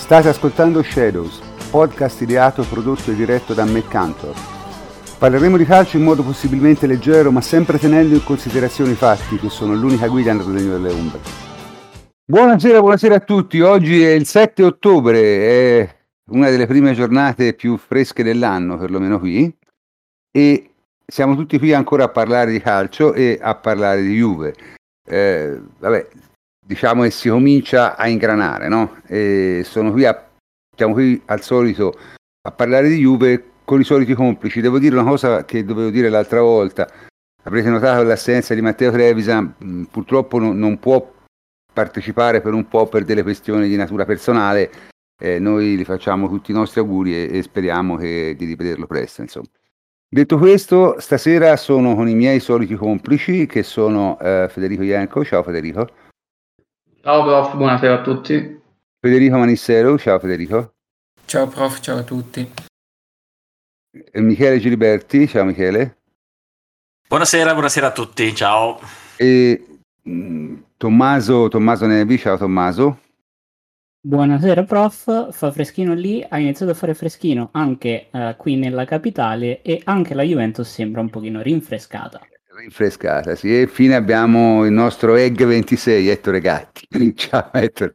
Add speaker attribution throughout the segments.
Speaker 1: State ascoltando Shadows, podcast ideato, prodotto e diretto da Matt Cantor. Parleremo di calcio in modo possibilmente leggero, ma sempre tenendo in considerazione i fatti, che sono l'unica guida nel regno delle ombre. Buonasera a tutti. Oggi è il 7 ottobre, è una delle prime giornate più fresche dell'anno, perlomeno qui, e siamo tutti qui ancora a parlare di calcio e a parlare di Juve. Diciamo che si comincia a ingranare, no? E siamo qui al solito a parlare di Juve con i soliti complici. Devo dire una cosa che dovevo dire l'altra volta. Avrete notato l'assenza di Matteo Trevisan, purtroppo non può partecipare per un po' per delle questioni di natura personale. Noi gli facciamo tutti i nostri auguri e speriamo di rivederlo presto, insomma. Detto questo, stasera sono con i miei soliti complici, che sono Federico Ienco. Ciao Federico.
Speaker 2: Ciao prof, buonasera a tutti.
Speaker 1: Federico Manissero. Ciao Federico.
Speaker 3: Ciao prof, ciao a tutti.
Speaker 1: E Michele Giliberti. Ciao Michele.
Speaker 4: Buonasera a tutti, ciao.
Speaker 1: E Tommaso Nevi. Ciao Tommaso.
Speaker 5: Buonasera prof, fa freschino lì, ha iniziato a fare freschino anche qui nella capitale e anche la Juventus sembra un pochino rinfrescata,
Speaker 1: sì. E infine abbiamo il nostro Egg 26, Ettore Gatti. Ciao Ettore.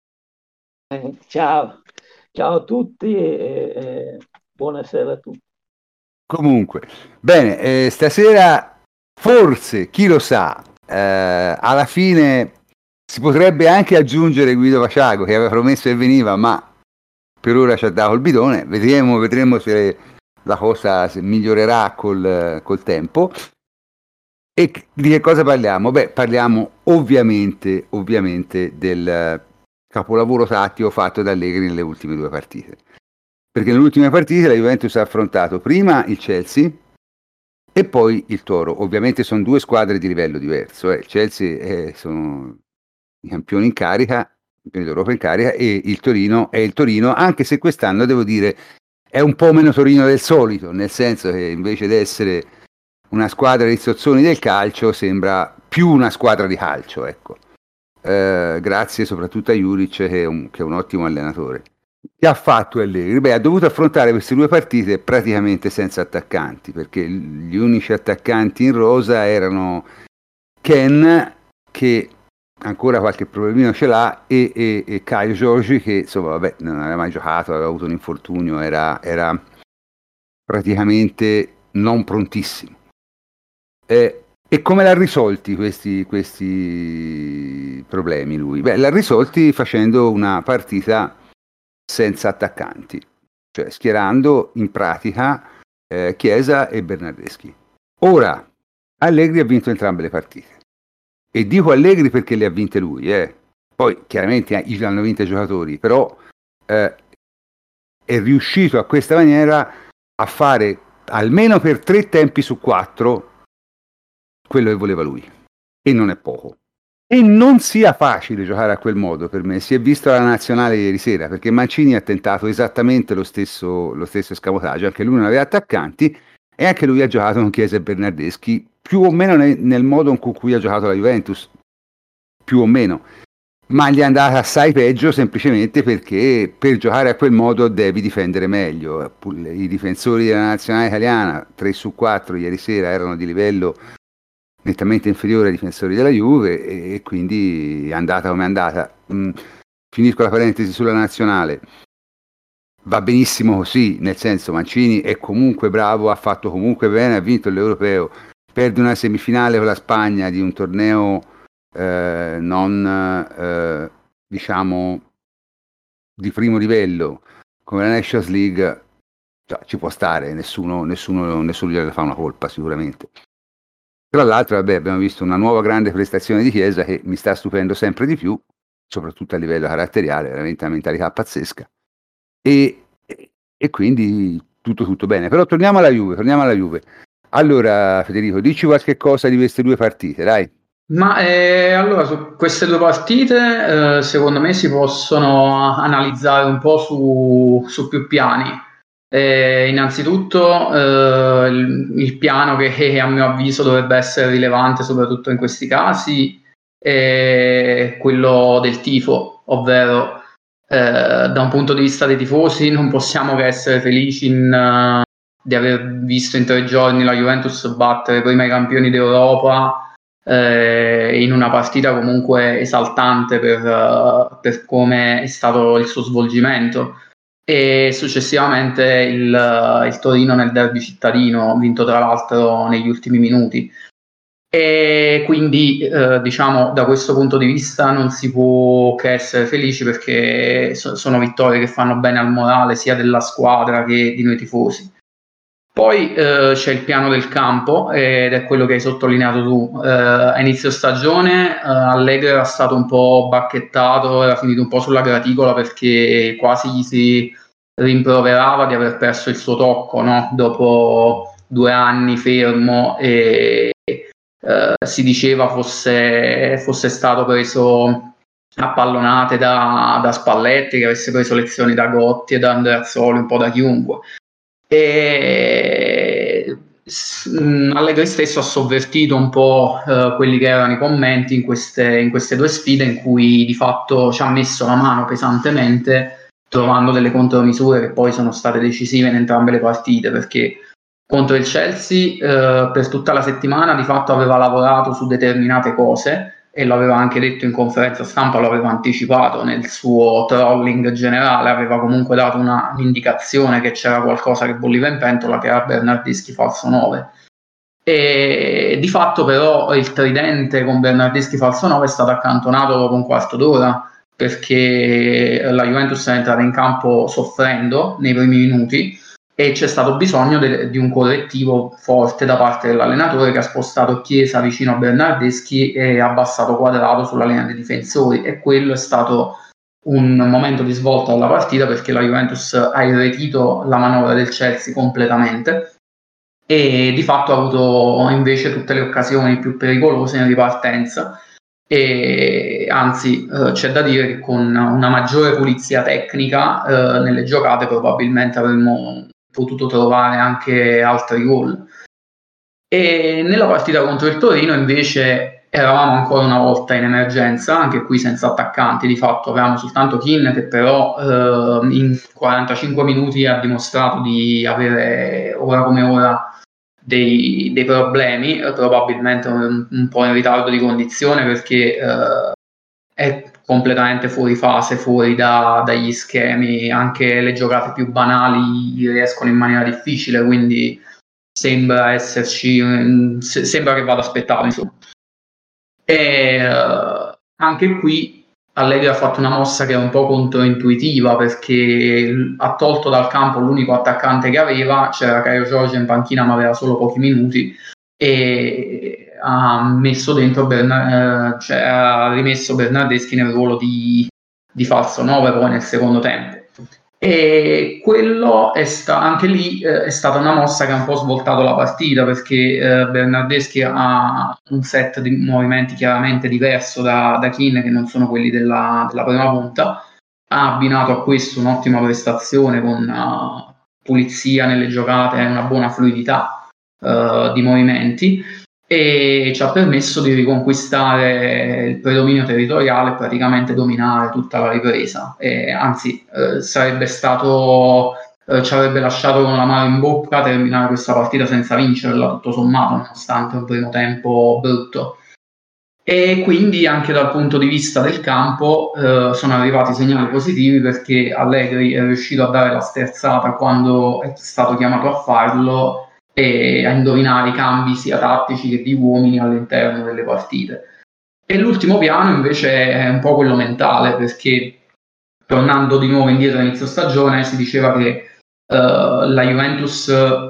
Speaker 6: Ciao a tutti e buonasera a tutti.
Speaker 1: Comunque, bene, stasera forse, chi lo sa, alla fine si potrebbe anche aggiungere Guido Vaciago, che aveva promesso che veniva, ma per ora ci ha dato il bidone. Vedremo se la cosa migliorerà col tempo. E di che cosa parliamo? Beh, parliamo ovviamente del capolavoro tattico fatto da Allegri nelle ultime due partite. Perché nelle ultime partite la Juventus ha affrontato prima il Chelsea e poi il Toro. Ovviamente sono due squadre di livello diverso. Il Chelsea sono i campioni in carica, campioni d'Europa in carica, e il Torino è il Torino, anche se quest'anno devo dire è un po' meno Torino del solito, nel senso che invece di essere una squadra di zozzoni del calcio sembra più una squadra di calcio, ecco. Grazie soprattutto a Juric, che è un ottimo allenatore. Che ha fatto Allegri? Beh, ha dovuto affrontare queste due partite praticamente senza attaccanti, perché gli unici attaccanti in rosa erano Ken, che ancora qualche problemino ce l'ha, e Caio Giorgi, che insomma vabbè, non aveva mai giocato, aveva avuto un infortunio, era praticamente non prontissimo. E come l'ha risolti questi problemi lui? Beh, l'ha risolti facendo una partita senza attaccanti, cioè schierando in pratica Chiesa e Bernardeschi. Ora, Allegri ha vinto entrambe le partite. E dico Allegri perché le ha vinte lui, Poi chiaramente l'hanno vinte i giocatori, però è riuscito a questa maniera a fare almeno per 3 tempi su 4 quello che voleva lui, e non è poco. E non sia facile giocare a quel modo per me. Si è visto alla nazionale ieri sera, perché Mancini ha tentato esattamente lo stesso escamotaggio, anche lui non aveva attaccanti e anche lui ha giocato con Chiesa e Bernardeschi più o meno nel modo con cui ha giocato la Juventus, più o meno, ma gli è andata assai peggio semplicemente perché per giocare a quel modo devi difendere meglio. I difensori della nazionale italiana 3 su 4 ieri sera erano di livello nettamente inferiore ai difensori della Juve, e quindi è andata come è andata. Finisco la parentesi sulla nazionale. Va benissimo così, nel senso, Mancini è comunque bravo, ha fatto comunque bene, ha vinto l'Europeo, perde una semifinale con la Spagna di un torneo non diciamo di primo livello come la Nations League, cioè, ci può stare, nessuno gliela fa una colpa sicuramente. Tra l'altro, vabbè, abbiamo visto una nuova grande prestazione di Chiesa che mi sta stupendo sempre di più, soprattutto a livello caratteriale, veramente una mentalità pazzesca. E quindi tutto bene. Però torniamo alla Juve. Allora, Federico, dici qualche cosa di queste due partite, dai.
Speaker 2: Ma allora su queste due partite secondo me si possono analizzare un po' su più piani. Innanzitutto il piano che a mio avviso dovrebbe essere rilevante soprattutto in questi casi è quello del tifo, ovvero da un punto di vista dei tifosi non possiamo che essere felici di aver visto in 3 giorni la Juventus battere prima i campioni d'Europa in una partita comunque esaltante per come è stato il suo svolgimento, e successivamente il Torino nel derby cittadino, vinto tra l'altro negli ultimi minuti. E quindi diciamo, da questo punto di vista non si può che essere felici, perché sono vittorie che fanno bene al morale sia della squadra che di noi tifosi. Poi c'è il piano del campo, ed è quello che hai sottolineato tu. A inizio stagione Allegri era stato un po' bacchettato, era finito un po' sulla graticola, perché quasi gli si rimproverava di aver perso il suo tocco, no? Dopo 2 anni fermo, e si diceva fosse stato preso a pallonate da Spalletti, che avesse preso lezioni da Gotti e da Andreazzoli, un po' da chiunque. E Allegri stesso ha sovvertito un po' quelli che erano i commenti in queste 2 sfide, in cui di fatto ci ha messo la mano pesantemente, trovando delle contromisure che poi sono state decisive in entrambe le partite, perché contro il Chelsea per tutta la settimana di fatto aveva lavorato su determinate cose, e lo aveva anche detto in conferenza stampa, lo aveva anticipato nel suo trolling generale, aveva comunque dato un'indicazione che c'era qualcosa che bolliva in pentola, che era Bernardeschi falso 9. E di fatto però il tridente con Bernardeschi falso 9 è stato accantonato dopo un quarto d'ora, perché la Juventus è entrata in campo soffrendo nei primi minuti, e c'è stato bisogno di un correttivo forte da parte dell'allenatore, che ha spostato Chiesa vicino a Bernardeschi e ha abbassato Quadrato sulla linea dei difensori, e quello è stato un momento di svolta alla partita, perché la Juventus ha irretito la manovra del Chelsea completamente, e di fatto ha avuto invece tutte le occasioni più pericolose in ripartenza. E anzi c'è da dire che con una maggiore pulizia tecnica nelle giocate probabilmente avremmo potuto trovare anche altri gol. E nella partita contro il Torino invece eravamo ancora una volta in emergenza, anche qui senza attaccanti. Di fatto avevamo soltanto Kean, che però in 45 minuti ha dimostrato di avere ora come ora dei problemi, probabilmente un po' in ritardo di condizione, perché è completamente fuori fase, fuori dagli schemi. Anche le giocate più banali gli riescono in maniera difficile, quindi sembra esserci sembra che vada aspettato, insomma. E anche qui Allegri ha fatto una mossa che è un po' controintuitiva, perché ha tolto dal campo l'unico attaccante che aveva, c'era Caio Giorgio in panchina ma aveva solo pochi minuti, e ha messo dentro ha rimesso Bernardeschi nel ruolo di falso 9 poi nel secondo tempo. E quello anche lì è stata una mossa che ha un po' svoltato la partita, perché Bernardeschi ha un set di movimenti chiaramente diverso da Kean, che non sono quelli della prima punta. Ha abbinato a questo un'ottima prestazione con pulizia nelle giocate e una buona fluidità di movimenti, e ci ha permesso di riconquistare il predominio territoriale e praticamente dominare tutta la ripresa. E anzi sarebbe stato ci avrebbe lasciato con l'amaro in bocca terminare questa partita senza vincerla, tutto sommato, nonostante un primo tempo brutto. E quindi anche dal punto di vista del campo sono arrivati segnali positivi, perché Allegri è riuscito a dare la sterzata quando è stato chiamato a farlo, e a indovinare i cambi sia tattici che di uomini all'interno delle partite. E l'ultimo piano invece è un po' quello mentale, perché tornando di nuovo indietro all'inizio stagione si diceva che la Juventus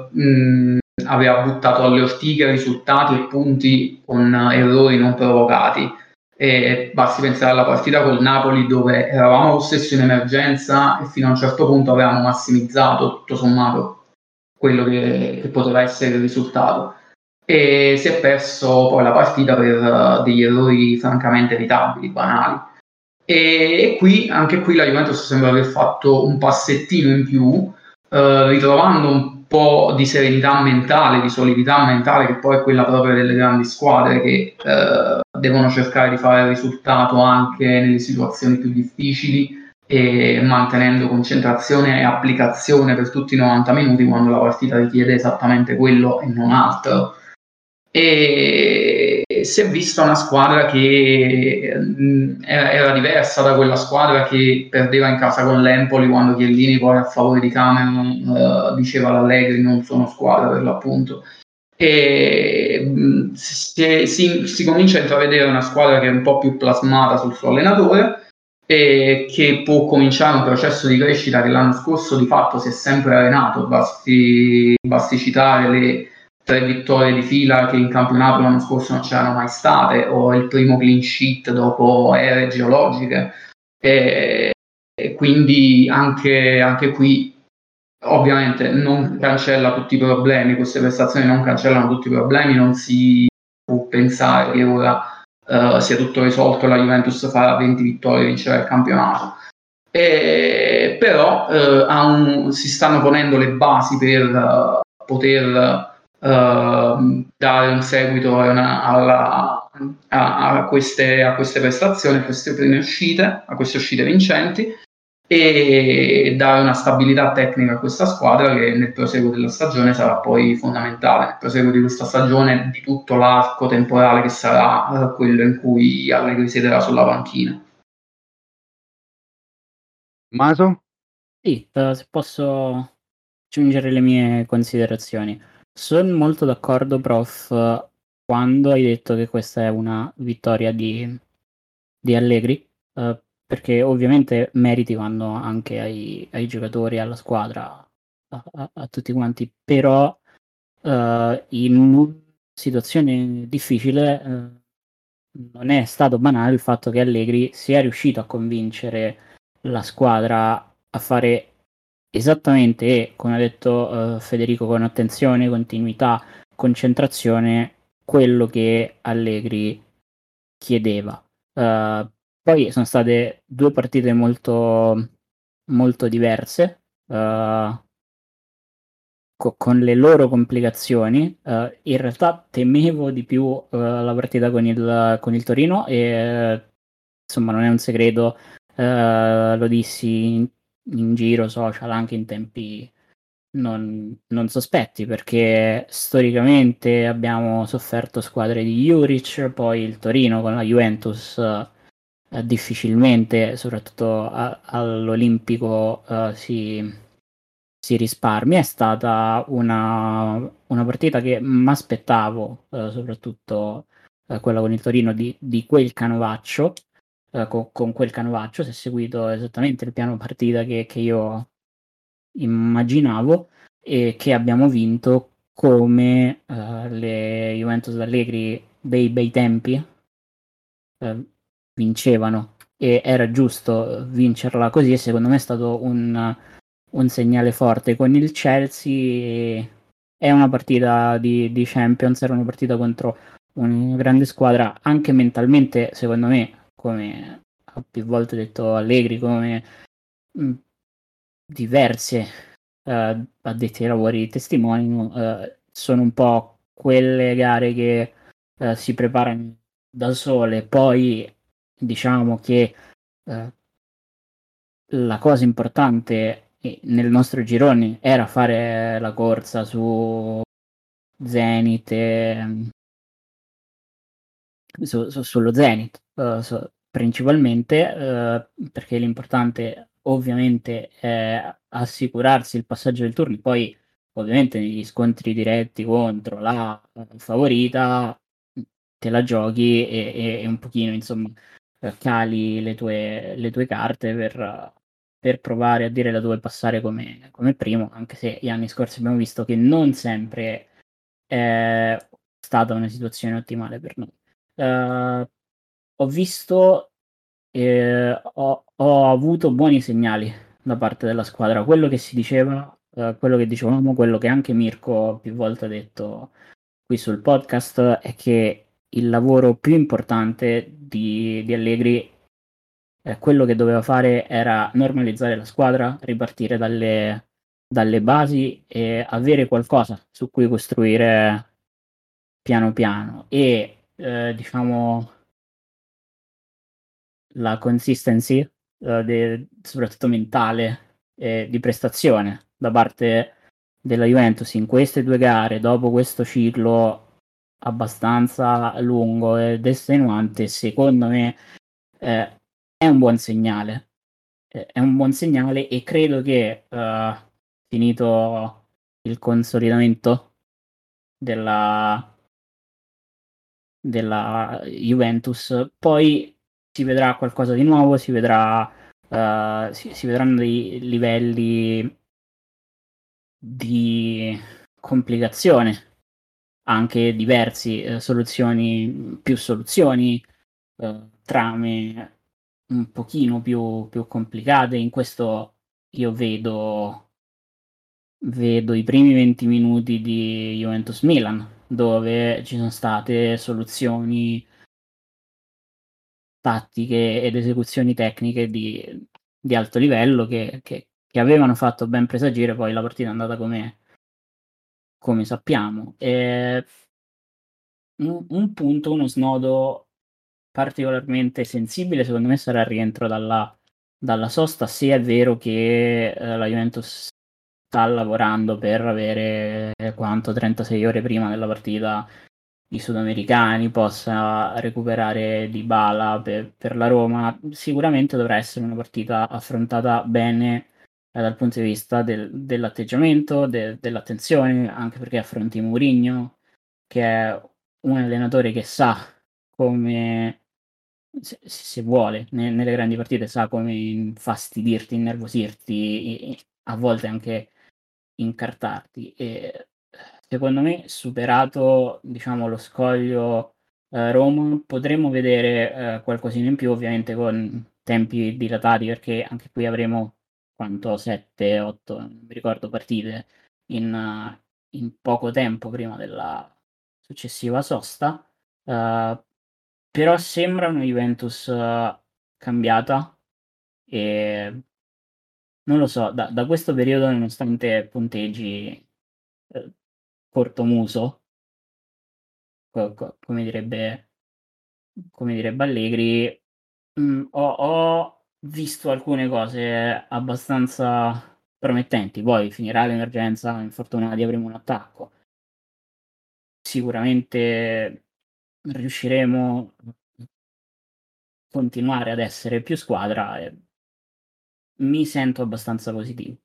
Speaker 2: aveva buttato alle ortiche risultati e punti con errori non provocati, e basti pensare alla partita col Napoli, dove eravamo lo stesso in emergenza e fino a un certo punto avevamo massimizzato tutto sommato quello che poteva essere il risultato, e si è perso poi la partita per degli errori francamente evitabili, banali. E anche qui la Juventus sembra aver fatto un passettino in più, ritrovando un po' di serenità mentale, di solidità mentale, che poi è quella propria delle grandi squadre, che devono cercare di fare il risultato anche nelle situazioni più difficili, e mantenendo concentrazione e applicazione per tutti i 90 minuti quando la partita richiede esattamente quello e non altro. E si è vista una squadra che era diversa da quella squadra che perdeva in casa con l'Empoli, quando Chiellini poi a favore di Cameron diceva all'Allegri non sono squadra per l'appunto. E si comincia a intravedere una squadra che è un po' più plasmata sul suo allenatore e che può cominciare un processo di crescita che l'anno scorso di fatto si è sempre arenato. Basti citare le 3 vittorie di fila che in campionato l'anno scorso non c'erano mai state, o il primo clean sheet dopo ere geologiche, e quindi anche qui ovviamente non cancella tutti i problemi, queste prestazioni non cancellano tutti i problemi, non si può pensare che ora sia tutto risolto, la Juventus farà 20 vittorie e vincerà il campionato. Però si stanno ponendo le basi per poter dare un seguito a queste prestazioni, a queste prime uscite, a queste uscite vincenti, e dare una stabilità tecnica a questa squadra che nel proseguo della stagione sarà poi fondamentale, nel proseguo di questa stagione, di tutto l'arco temporale che sarà quello in cui Allegri siederà sulla panchina.
Speaker 1: Maso?
Speaker 5: Sì, se posso aggiungere le mie considerazioni. Sono molto d'accordo, prof, quando hai detto che questa è una vittoria di Allegri, perché ovviamente meriti vanno anche ai giocatori, alla squadra, a tutti quanti, però in una situazione difficile non è stato banale il fatto che Allegri sia riuscito a convincere la squadra a fare esattamente, e come ha detto Federico, con attenzione, continuità, concentrazione, quello che Allegri chiedeva. Poi sono state 2 partite molto, molto diverse, con le loro complicazioni. In realtà temevo di più la partita con il Torino e insomma non è un segreto, lo dissi in giro social anche in tempi non sospetti, perché storicamente abbiamo sofferto squadre di Juric, poi il Torino con la Juventus difficilmente, soprattutto all'Olimpico, si risparmia. È stata una partita che mi aspettavo, soprattutto quella con il Torino, di quel canovaccio, con quel canovaccio si è seguito esattamente il piano partita che io immaginavo, e che abbiamo vinto come le Juventus d'Allegri dei bei tempi vincevano, e era giusto vincerla così, e secondo me è stato un segnale forte. Con il Chelsea è una partita di Champions, era una partita contro una grande squadra, anche mentalmente secondo me, come ha più volte detto Allegri, come diverse addetti ai lavori testimoniano, sono un po' quelle gare che si preparano da sole. Poi diciamo che la cosa importante nel nostro girone era fare la corsa su Zenit, sullo Zenit, principalmente, perché l'importante ovviamente è assicurarsi il passaggio del turno. Poi ovviamente negli scontri diretti contro la favorita te la giochi e un pochino insomma cali le tue carte per provare a dire da dove passare come primo, anche se gli anni scorsi abbiamo visto che non sempre è stata una situazione ottimale per noi. Ho visto, ho avuto buoni segnali da parte della squadra. Quello che si diceva, quello che dicevamo, quello che anche Mirko più volte ha detto qui sul podcast, è che il lavoro più importante di Allegri, quello che doveva fare era normalizzare la squadra, ripartire dalle basi e avere qualcosa su cui costruire piano piano. E diciamo la consistency soprattutto mentale, di prestazione da parte della Juventus in queste 2 gare, dopo questo ciclo abbastanza lungo ed estenuante, secondo me è un buon segnale. È un buon segnale e credo che finito il consolidamento della Juventus, poi si vedrà qualcosa di nuovo, si vedranno dei livelli di complicazione anche diversi, più soluzioni, trame un pochino più complicate. In questo io vedo i primi 20 minuti di Juventus-Milan, dove ci sono state soluzioni tattiche ed esecuzioni tecniche di alto livello che avevano fatto ben presagire poi la partita è andata come sappiamo. Un punto, uno snodo particolarmente sensibile secondo me sarà il rientro dalla sosta, se è vero che la Juventus sta lavorando per avere 36 ore prima della partita i sudamericani, possa recuperare Dybala per la Roma. Sicuramente dovrà essere una partita affrontata bene dal punto di vista dell'atteggiamento, dell'attenzione, anche perché affronti Mourinho, che è un allenatore che sa come, se vuole, nelle grandi partite, sa come infastidirti, innervosirti, a volte anche incartarti. E secondo me, superato diciamo lo scoglio Roma, potremmo vedere qualcosina in più, ovviamente con tempi dilatati, perché anche qui avremo 7, 8, non mi ricordo, partite in poco tempo prima della successiva sosta. Però sembra una Juventus cambiata e non lo so, da questo periodo, nonostante punteggi cortomuso, come direbbe Allegri, ho visto alcune cose abbastanza promettenti. Poi finirà l'emergenza, infortunati avremo un attacco. Sicuramente riusciremo a continuare ad essere più squadra e mi sento abbastanza positivo.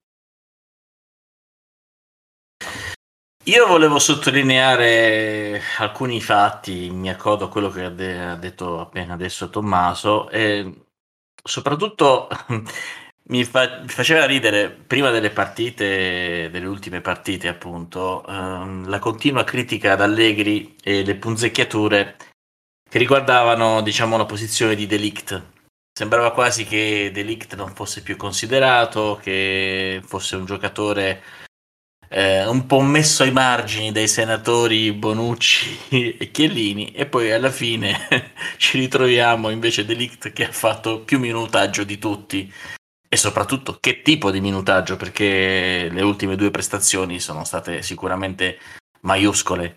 Speaker 4: Io volevo sottolineare alcuni fatti, mi accodo a quello che ha detto appena adesso Tommaso, e soprattutto mi faceva ridere prima delle partite, delle ultime partite appunto, la continua critica ad Allegri e le punzecchiature che riguardavano, diciamo, la posizione di De Ligt. Sembrava quasi che De Ligt non fosse più considerato, che fosse un giocatore un po' messo ai margini dai senatori Bonucci e Chiellini, e poi alla fine ci ritroviamo invece De Ligt che ha fatto più minutaggio di tutti, e soprattutto che tipo di minutaggio, perché le ultime 2 prestazioni sono state sicuramente maiuscole.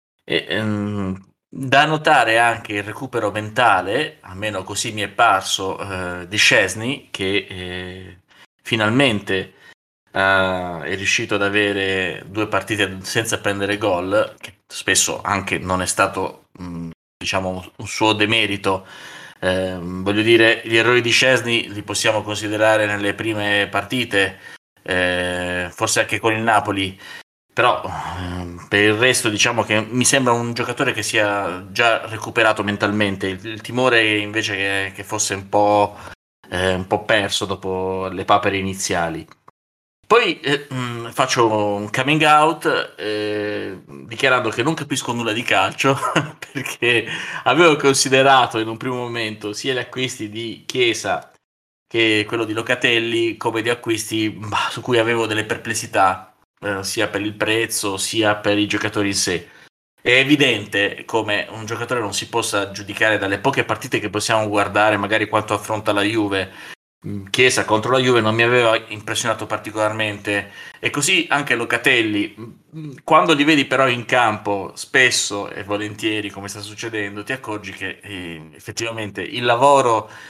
Speaker 4: Da notare anche il recupero mentale, almeno così mi è parso, di Szczesny, che finalmente è riuscito ad avere 2 partite senza prendere gol, che spesso anche non è stato diciamo un suo demerito. Voglio dire, gli errori di Szczesny li possiamo considerare nelle prime partite, forse anche con il Napoli, però per il resto diciamo che mi sembra un giocatore che sia già recuperato mentalmente. Il timore invece che fosse un po' perso dopo le papere iniziali. Poi faccio un coming out dichiarando che non capisco nulla di calcio perché avevo considerato in un primo momento sia gli acquisti di Chiesa che quello di Locatelli come di acquisti su cui avevo delle perplessità, sia per il prezzo sia per i giocatori in sé. È evidente come un giocatore non si possa giudicare dalle poche partite che possiamo guardare, magari quanto affronta la Juve. Chiesa contro la Juve non mi aveva impressionato particolarmente, e così anche Locatelli. Quando li vedi però in campo spesso e volentieri, come sta succedendo, ti accorgi che effettivamente il lavoro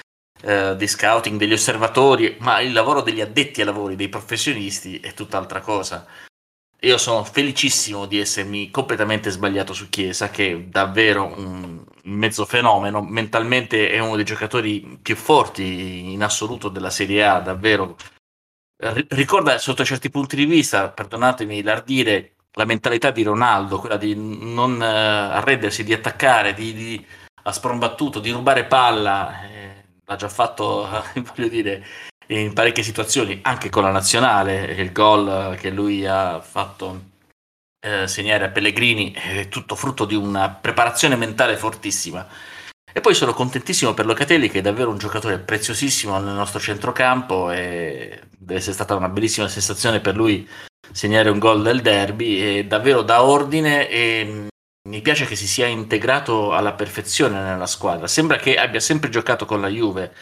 Speaker 4: di scouting, degli osservatori, ma il lavoro degli addetti ai lavori, dei professionisti, è tutt'altra cosa. Io sono felicissimo di essermi completamente sbagliato su Chiesa, che è davvero un mezzo fenomeno, mentalmente è uno dei giocatori più forti in assoluto della Serie A, davvero. Ricorda sotto certi punti di vista, perdonatemi l'ardire, la mentalità di Ronaldo, quella di non arrendersi, di attaccare, a sprombattuto, di rubare palla, l'ha già fatto, voglio dire, in parecchie situazioni, anche con la nazionale. Il gol che lui ha fatto segnare a Pellegrini è tutto frutto di una preparazione mentale fortissima. E poi sono contentissimo per Locatelli, che è davvero un giocatore preziosissimo nel nostro centrocampo, e deve essere stata una bellissima sensazione per lui segnare un gol del derby. È davvero da ordine e mi piace che si sia integrato alla perfezione nella squadra. Sembra che abbia sempre giocato con la Juve,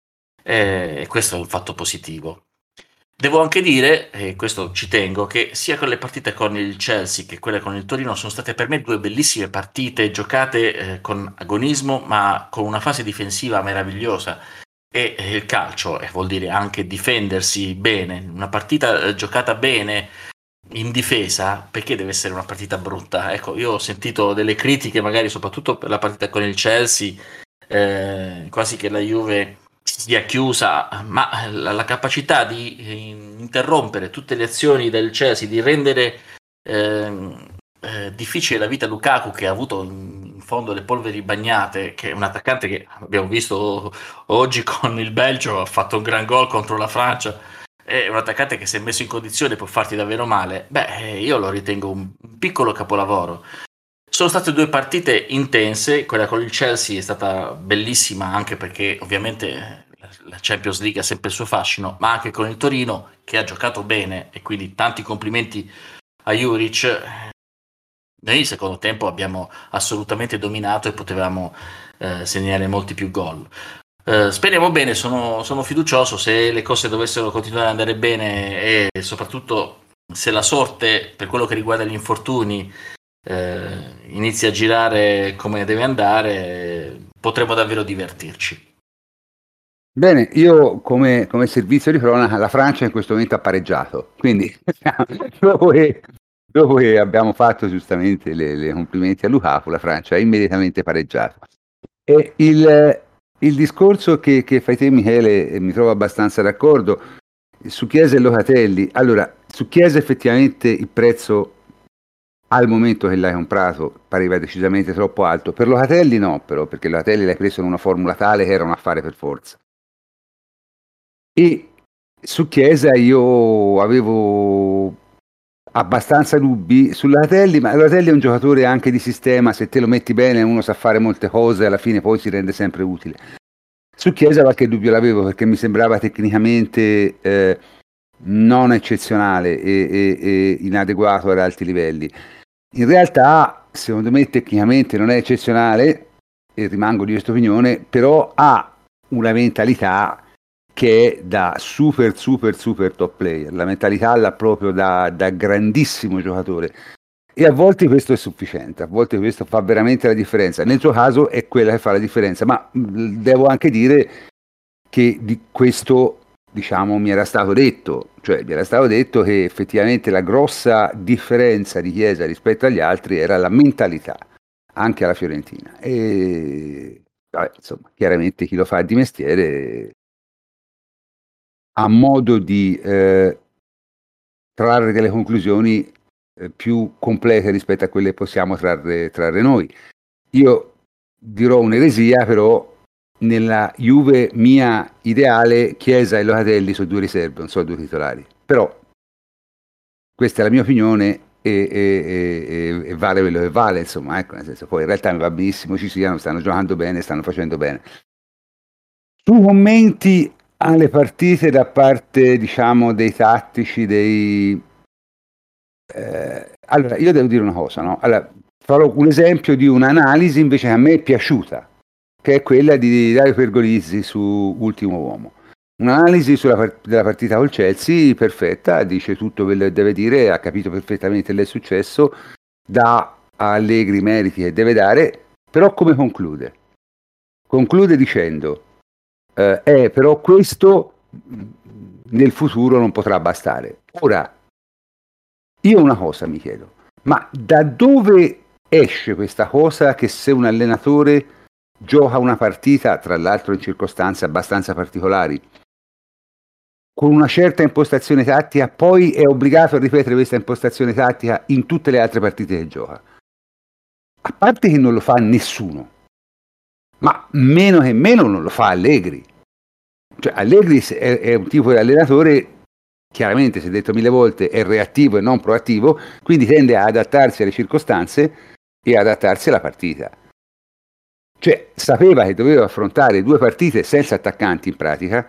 Speaker 4: e questo è un fatto positivo. Devo anche dire, e questo ci tengo, che sia con le partite con il Chelsea che quelle con il Torino sono state per me due bellissime partite giocate con agonismo, ma con una fase difensiva meravigliosa. E il calcio vuol dire anche difendersi bene. Una partita giocata bene in difesa, perché deve essere una partita brutta? Ecco, io ho sentito delle critiche, magari soprattutto per la partita con il Chelsea, quasi che la Juve si sia chiusa, ma la capacità di interrompere tutte le azioni del Chelsea, di rendere difficile la vita a Lukaku, che ha avuto in fondo le polveri bagnate, che è un attaccante che abbiamo visto oggi con il Belgio, ha fatto un gran gol contro la Francia, è un attaccante che, se messo in condizione, può farti davvero male. Io lo ritengo un piccolo capolavoro. Sono state due partite intense, quella con il Chelsea è stata bellissima, anche perché ovviamente la Champions League ha sempre il suo fascino, ma anche con il Torino, che ha giocato bene, e quindi tanti complimenti a Juric. Noi nel secondo tempo abbiamo assolutamente dominato e potevamo segnare molti più gol. Speriamo bene, sono fiducioso. Se le cose dovessero continuare ad andare bene, e soprattutto se la sorte, per quello che riguarda gli infortuni, inizia a girare come deve andare, potremo davvero divertirci.
Speaker 1: Bene, io come servizio di cronaca, la Francia in questo momento ha pareggiato, quindi dopo che abbiamo fatto giustamente le complimenti a Lukaku, la Francia ha immediatamente pareggiato. E il discorso che fai te, Michele, mi trovo abbastanza d'accordo su Chiesa e Locatelli. Allora, su Chiesa effettivamente il prezzo al momento che l'hai comprato pareva decisamente troppo alto. Per Locatelli no, però, perché Locatelli l'hai preso in una formula tale che era un affare per forza. E su Chiesa io avevo abbastanza dubbi su Locatelli, ma Locatelli è un giocatore anche di sistema, se te lo metti bene uno sa fare molte cose, alla fine poi si rende sempre utile. Su Chiesa qualche dubbio l'avevo, perché mi sembrava tecnicamente non eccezionale e inadeguato ad alti livelli. In realtà, secondo me, tecnicamente non è eccezionale, e rimango di questa opinione, però ha una mentalità che è da super top player. La mentalità l'ha proprio da grandissimo giocatore, e a volte questo è sufficiente, a volte questo fa veramente la differenza. Nel suo caso è quella che fa la differenza, ma devo anche dire che di questo, diciamo, mi era stato detto che effettivamente la grossa differenza di Chiesa rispetto agli altri era la mentalità, anche alla Fiorentina. E vabbè, insomma, chiaramente chi lo fa di mestiere ha modo di trarre delle conclusioni più complete rispetto a quelle che possiamo trarre noi. Io dirò un'eresia, però nella Juve mia ideale Chiesa e Locatelli sono due riserve, non sono due titolari. Però questa è la mia opinione e vale quello che vale, insomma, ecco, nel senso, poi in realtà mi va benissimo, ci siano, stanno giocando bene, stanno facendo bene. Su commenti alle partite da parte, diciamo, dei tattici, allora, io devo dire una cosa, no? Allora, farò un esempio di un'analisi invece che a me è piaciuta, che è quella di Dario Pergolizzi su Ultimo Uomo. Un'analisi della partita col Chelsea perfetta, dice tutto quello che deve dire, ha capito perfettamente il successo, dà a Allegri i meriti che deve dare, però come conclude? Conclude dicendo: Però questo nel futuro non potrà bastare. Ora, io una cosa mi chiedo, ma da dove esce questa cosa che se un allenatore gioca una partita, tra l'altro in circostanze abbastanza particolari, con una certa impostazione tattica, poi è obbligato a ripetere questa impostazione tattica in tutte le altre partite che gioca? A parte che non lo fa nessuno, ma meno che meno non lo fa Allegri. Cioè, Allegri è un tipo di allenatore, chiaramente, si è detto 1000 volte, è reattivo e non proattivo, quindi tende a adattarsi alle circostanze e adattarsi alla partita. Cioè, sapeva che doveva affrontare 2 partite senza attaccanti in pratica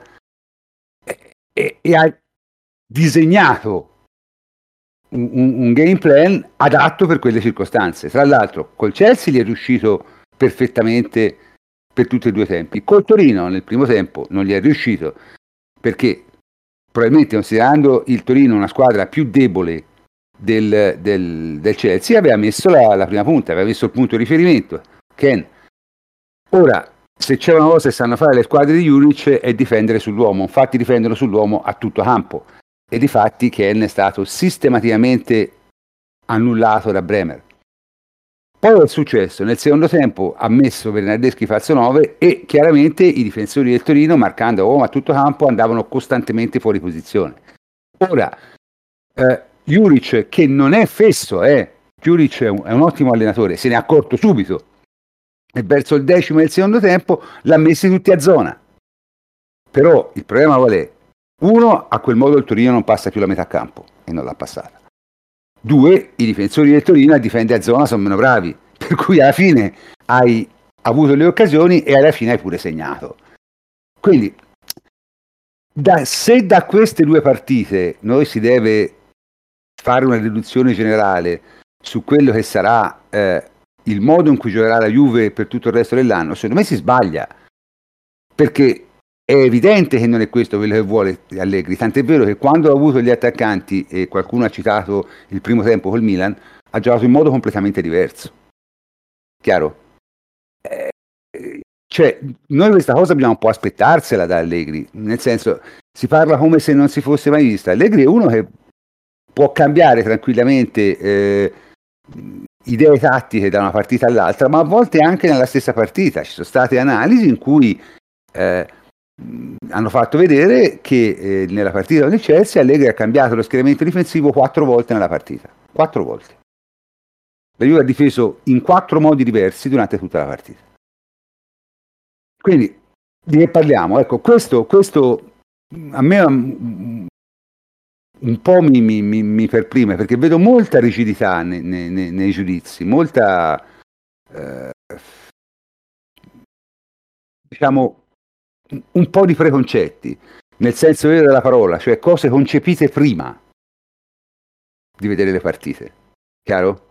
Speaker 1: e ha disegnato un game plan adatto per quelle circostanze. Tra l'altro, col Chelsea gli è riuscito perfettamente per tutti e 2 i tempi. Col Torino nel primo tempo non gli è riuscito perché probabilmente, considerando il Torino una squadra più debole del Chelsea, aveva messo la prima punta, aveva messo il punto di riferimento, Ken. Ora, se c'è una cosa che sanno fare le squadre di Juric è difendere sull'uomo, infatti difendono sull'uomo a tutto campo e difatti Ken è stato sistematicamente annullato da Bremer. Poi è successo, nel secondo tempo ha messo Bernardeschi falso 9 e chiaramente i difensori del Torino, marcando uomo a tutto campo, andavano costantemente fuori posizione. Ora, Juric, che non è fesso, Juric è un ottimo allenatore, se ne è accorto subito e verso il 10° del secondo tempo l'ha messi tutti a zona. Però il problema qual è? 1, a quel modo il Torino non passa più la metà campo e non l'ha passata. 2, i difensori del Torino a difendere a zona sono meno bravi, per cui alla fine hai avuto le occasioni e alla fine hai pure segnato. Quindi, se da queste 2 partite noi si deve fare una riduzione generale su quello che sarà il modo in cui giocherà la Juve per tutto il resto dell'anno, secondo me si sbaglia, perché è evidente che non è questo quello che vuole Allegri, tant'è vero che quando ha avuto gli attaccanti, e qualcuno ha citato il primo tempo col Milan, ha giocato in modo completamente diverso. Chiaro? Cioè, noi questa cosa dobbiamo un po' aspettarsela da Allegri, nel senso, si parla come se non si fosse mai vista. Allegri è uno che può cambiare tranquillamente idee tattiche da una partita all'altra, ma a volte anche nella stessa partita. Ci sono state analisi in cui hanno fatto vedere che nella partita con il Chelsea Allegri ha cambiato lo schieramento difensivo 4 volte nella partita. 4 volte. La Juve ha difeso in 4 modi diversi durante tutta la partita. Quindi di che parliamo? Ecco, questo a me un po' mi perprime, perché vedo molta rigidità nei giudizi, molta diciamo un po' di preconcetti, nel senso vero della parola, cioè cose concepite prima di vedere le partite. Chiaro?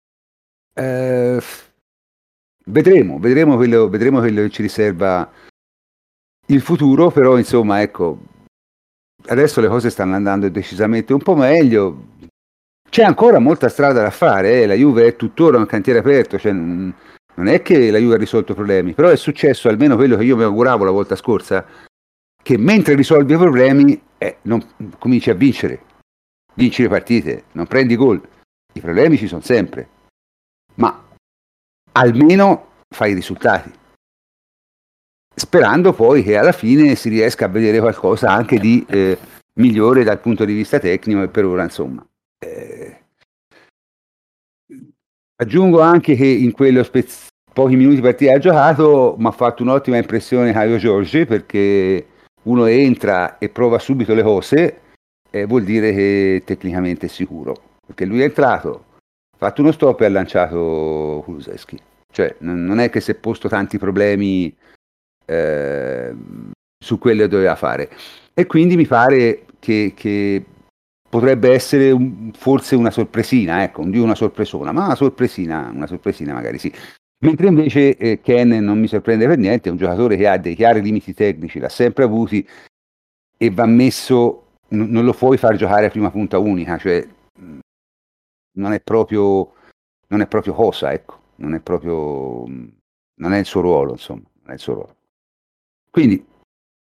Speaker 1: Vedremo quello che ci riserva il futuro, però insomma, ecco, adesso le cose stanno andando decisamente un po' meglio. C'è ancora molta strada da fare, la Juve è tuttora un cantiere aperto, cioè, non è che la Juve ha risolto i problemi, però è successo almeno quello che io mi auguravo la volta scorsa, che mentre risolvi i problemi cominci a vinci le partite, non prendi gol, i problemi ci sono sempre, ma almeno fai i risultati, sperando poi che alla fine si riesca a vedere qualcosa anche di migliore dal punto di vista tecnico, e per ora insomma aggiungo anche che in quello pochi minuti di partita ha giocato mi ha fatto un'ottima impressione Caio Giorgi, perché uno entra e prova subito le cose, vuol dire che tecnicamente è sicuro, perché lui è entrato, ha fatto uno stop e ha lanciato Kulusevski, cioè non è che si è posto tanti problemi su quello che doveva fare, e quindi mi pare che potrebbe essere forse una sorpresina, ecco, non dico una sorpresona, ma una sorpresina magari sì. Mentre invece Ken non mi sorprende per niente, è un giocatore che ha dei chiari limiti tecnici, l'ha sempre avuti, e va messo, non lo puoi far giocare a prima punta unica, cioè non è proprio cosa, ecco, non è il suo ruolo, insomma, non è il suo ruolo. Quindi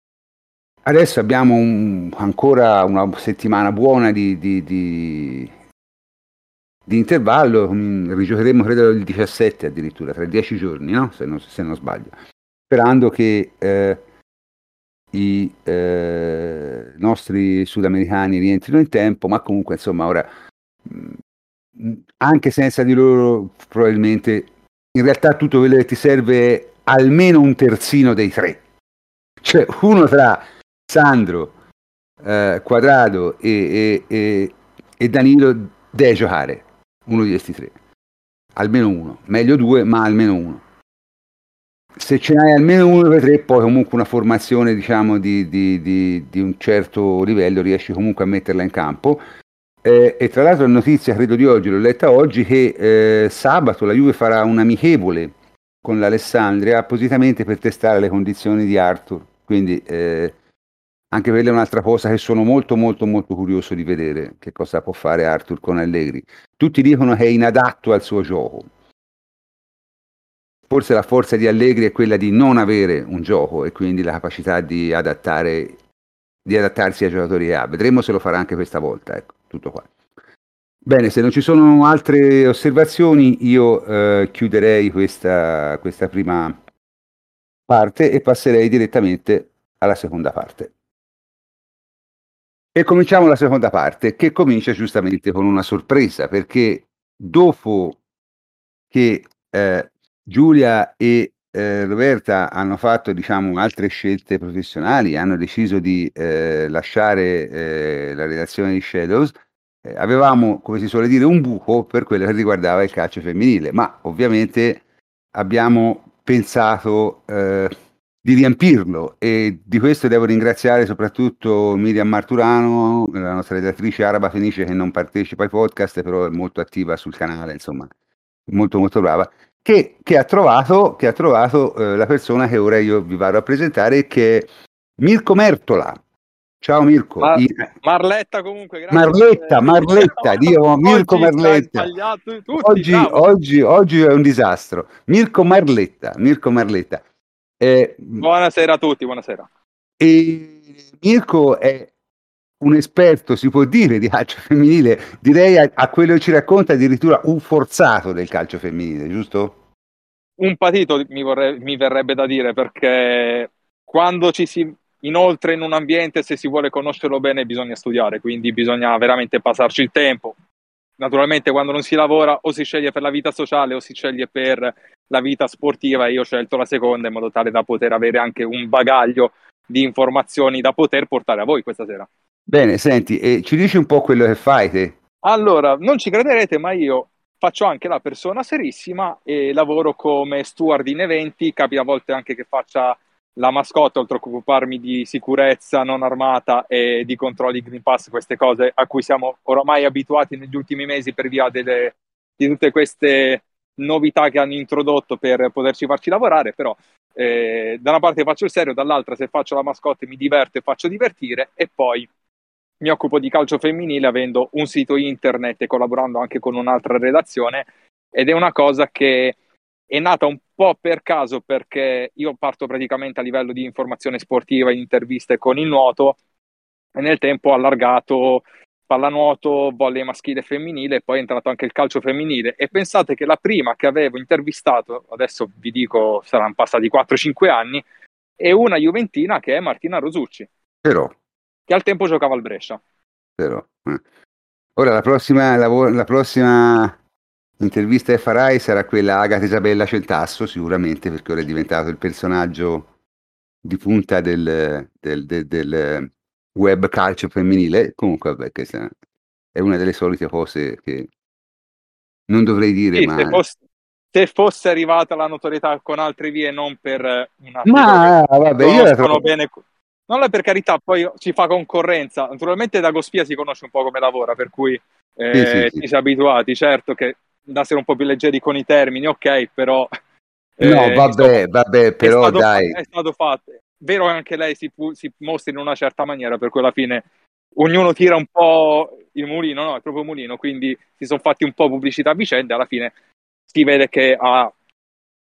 Speaker 1: Adesso abbiamo ancora una settimana buona di intervallo, rigiocheremo credo il 17 addirittura, tra 10 giorni, no? Se non sbaglio, sperando che i nostri sudamericani rientrino in tempo, ma comunque insomma ora, anche senza di loro, probabilmente, in realtà tutto quello che ti serve è almeno un terzino dei tre, cioè uno tra Sandro, Quadrado e Danilo deve giocare, uno di questi tre, almeno uno, meglio due, ma almeno uno. Se ce n'hai almeno uno dei tre, poi comunque una formazione, diciamo, di un certo livello riesci comunque a metterla in campo. E tra l'altro la notizia, credo di oggi, l'ho letta oggi, che sabato la Juve farà un amichevole con l'Alessandria appositamente per testare le condizioni di Arthur. Quindi anche quella è un'altra cosa che sono molto molto molto curioso di vedere, che cosa può fare Arthur con Allegri. Tutti dicono che è inadatto al suo gioco. Forse la forza di Allegri è quella di non avere un gioco e quindi la capacità di adattarsi ai giocatori A. Vedremo se lo farà anche questa volta, ecco, tutto qua. Bene, se non ci sono altre osservazioni, io chiuderei questa prima parte e passerei direttamente alla seconda parte. E cominciamo la seconda parte, che comincia giustamente con una sorpresa, perché dopo che Giulia e Roberta hanno fatto, diciamo, altre scelte professionali, hanno deciso di lasciare la redazione di Shadows, avevamo, come si suole dire, un buco per quello che riguardava il calcio femminile, ma ovviamente abbiamo pensato di riempirlo, e di questo devo ringraziare soprattutto Miriam Marturano, la nostra redattrice araba fenice, che non partecipa ai podcast, però è molto attiva sul canale, insomma, molto molto brava, che ha trovato la persona che ora io vi vado a presentare, che è Mirko Mertola. Ciao Mirko.
Speaker 7: Marletta comunque, grazie.
Speaker 1: Marletta, Dio, Mirko
Speaker 7: Oggi
Speaker 1: Marletta.
Speaker 7: sbagliato tutti,
Speaker 1: Oggi è un disastro. Mirko Marletta.
Speaker 7: Buonasera a tutti, buonasera.
Speaker 1: E Mirko è un esperto, si può dire, di calcio femminile, direi a quello che ci racconta addirittura un forzato del calcio femminile, giusto?
Speaker 7: Un patito mi verrebbe da dire, perché quando ci si inoltre in un ambiente, se si vuole conoscerlo bene, bisogna studiare, quindi bisogna veramente passarci il tempo. Naturalmente quando non si lavora o si sceglie per la vita sociale o si sceglie per la vita sportiva, e io ho scelto la seconda in modo tale da poter avere anche un bagaglio di informazioni da poter portare a voi questa sera.
Speaker 1: Bene, senti, ci dici un po' quello che fai te?
Speaker 7: Allora, non ci crederete, ma io faccio anche la persona serissima e lavoro come steward in eventi. Capita a volte anche che faccia la mascotte, oltre a occuparmi di sicurezza non armata e di controlli Green Pass, queste cose a cui siamo oramai abituati negli ultimi mesi per via di tutte queste novità che hanno introdotto per poterci farci lavorare. Però da una parte faccio il serio, dall'altra se faccio la mascotte mi diverto e faccio divertire, e poi mi occupo di calcio femminile avendo un sito internet e collaborando anche con un'altra redazione, ed è una cosa che è nata un po' per caso, perché io parto praticamente a livello di informazione sportiva in interviste con il nuoto, e nel tempo ho allargato pallanuoto, volley maschile e femminile, e poi è entrato anche il calcio femminile. E pensate che la prima che avevo intervistato, adesso vi dico saranno passati 4-5 anni, è una juventina che è Martina Rosucci,
Speaker 1: Però,
Speaker 7: che al tempo giocava al Brescia.
Speaker 1: Ora la prossima intervista che farai sarà quella a Agata Isabella Centasso, sicuramente, perché ora è diventato il personaggio di punta del web calcio femminile. Comunque, vabbè, questa è una delle solite cose che non dovrei dire,
Speaker 7: Sì,
Speaker 1: ma...
Speaker 7: se fosse arrivata la notorietà con altre vie, non per una
Speaker 1: Ma vabbè, io la trovo...
Speaker 7: bene. Non è per carità, poi ci fa concorrenza. Naturalmente Dagospia si conosce un po' come lavora, per cui
Speaker 1: Sì.
Speaker 7: ci si è abituati. Certo che da essere un po' più leggeri con i termini, ok, però...
Speaker 1: No, vabbè, però dai.
Speaker 7: È stato fatto. Vero che anche lei si mostra in una certa maniera, per cui alla fine ognuno tira un po' il mulino, no? È proprio mulino, quindi si sono fatti un po' pubblicità a vicenda, alla fine si vede che ha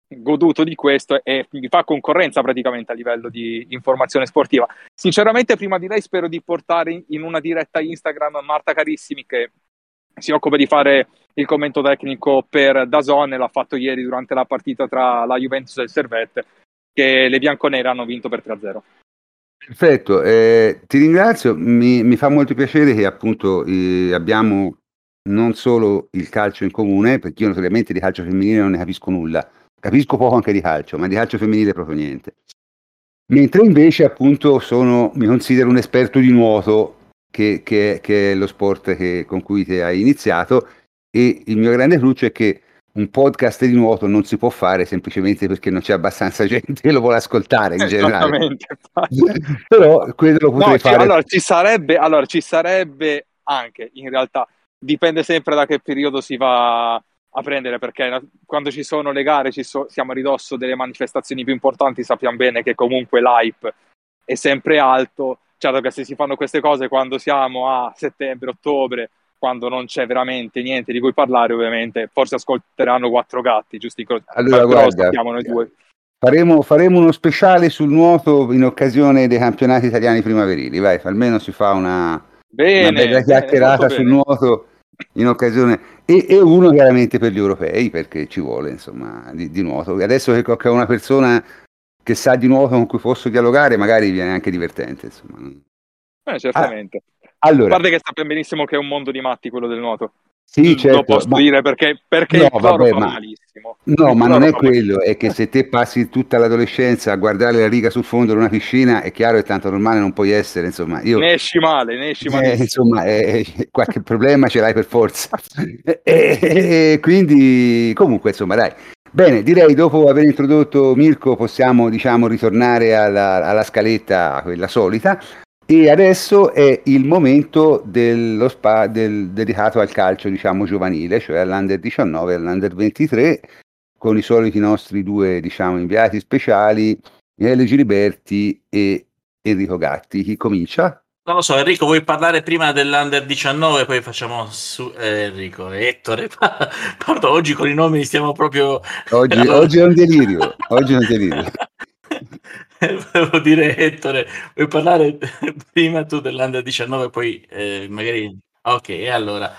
Speaker 7: goduto di questo e mi fa concorrenza praticamente a livello di informazione sportiva. Sinceramente, prima di lei spero di portare in una diretta Instagram Marta Carissimi, che si occupa di fare il commento tecnico per DAZN, l'ha fatto ieri durante la partita tra la Juventus e il Servette, che le bianconere hanno vinto per 3-0.
Speaker 1: Perfetto, ti ringrazio, mi fa molto piacere che appunto abbiamo non solo il calcio in comune, perché io naturalmente di calcio femminile non ne capisco nulla, capisco poco anche di calcio, ma di calcio femminile proprio niente. Mentre invece appunto mi considero un esperto di nuoto, che è lo sport con cui te hai iniziato, e il mio grande cruccio è che un podcast di nuoto non si può fare semplicemente perché non c'è abbastanza gente che lo vuole ascoltare in generale.
Speaker 7: Esattamente.
Speaker 1: Però quello lo potrei fare.
Speaker 7: Allora ci sarebbe anche, in realtà, dipende sempre da che periodo si va a prendere, perché quando ci sono le gare siamo a ridosso delle manifestazioni più importanti, sappiamo bene che comunque l'hype è sempre alto. Certo che se si fanno queste cose quando siamo a settembre, ottobre, quando non c'è veramente niente di cui parlare, ovviamente forse ascolteranno Quattro Gatti, giusto?
Speaker 1: Allora, guarda,
Speaker 7: noi due.
Speaker 1: Faremo uno speciale sul nuoto in occasione dei campionati italiani primaverili, vai, almeno si fa una bella chiacchierata sul nuoto in occasione, e uno chiaramente per gli europei, perché ci vuole insomma di nuoto. Adesso che ho una persona che sa di nuoto con cui posso dialogare, magari viene anche divertente, insomma.
Speaker 7: Certamente.
Speaker 1: Allora,
Speaker 7: a parte che sappiamo benissimo che è un mondo di matti quello del nuoto.
Speaker 1: Sì, certo,
Speaker 7: lo posso dire perché
Speaker 1: no,
Speaker 7: il cloro fa malissimo.
Speaker 1: No, ma non è quello, è che se te passi tutta l'adolescenza a guardare la riga sul fondo di una piscina, è chiaro che tanto normale non puoi essere, insomma.
Speaker 7: Ne esci male.
Speaker 1: Insomma, qualche problema ce l'hai per forza. Quindi, comunque, insomma, dai. Bene, direi dopo aver introdotto Mirko possiamo, diciamo, ritornare alla scaletta, quella solita. E adesso è il momento dedicato al calcio, diciamo, giovanile, cioè all'Under 19 e all'Under 23, con i soliti nostri due, diciamo, inviati speciali, Michele Giliberti e Enrico Gatti. Chi comincia?
Speaker 4: Non lo so, Enrico, vuoi parlare prima dell'Under 19, poi facciamo su Enrico, Ettore. Pardon, oggi con i nomi stiamo proprio...
Speaker 1: Oggi è un delirio,
Speaker 4: Volevo dire, Ettore, vuoi parlare prima tu dell'Under 19, poi magari... Ok, e allora...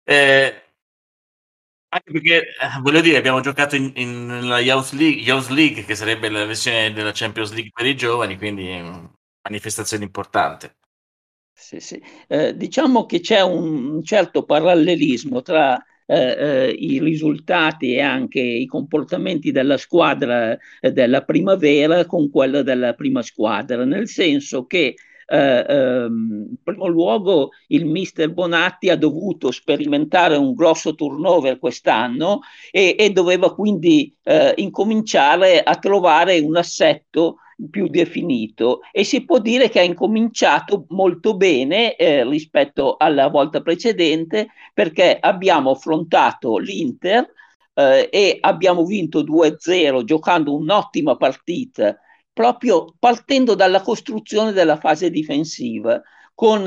Speaker 4: anche perché, voglio dire, abbiamo giocato nella Youth League, che sarebbe la versione della Champions League per i giovani, quindi è una manifestazione importante.
Speaker 6: Sì. Diciamo che c'è un certo parallelismo tra i risultati e anche i comportamenti della squadra della primavera con quella della prima squadra, nel senso che in primo luogo il mister Bonatti ha dovuto sperimentare un grosso turnover quest'anno e doveva quindi incominciare a trovare un assetto più definito, e si può dire che ha incominciato molto bene rispetto alla volta precedente, perché abbiamo affrontato l'Inter e abbiamo vinto 2-0 giocando un'ottima partita, proprio partendo dalla costruzione della fase difensiva, con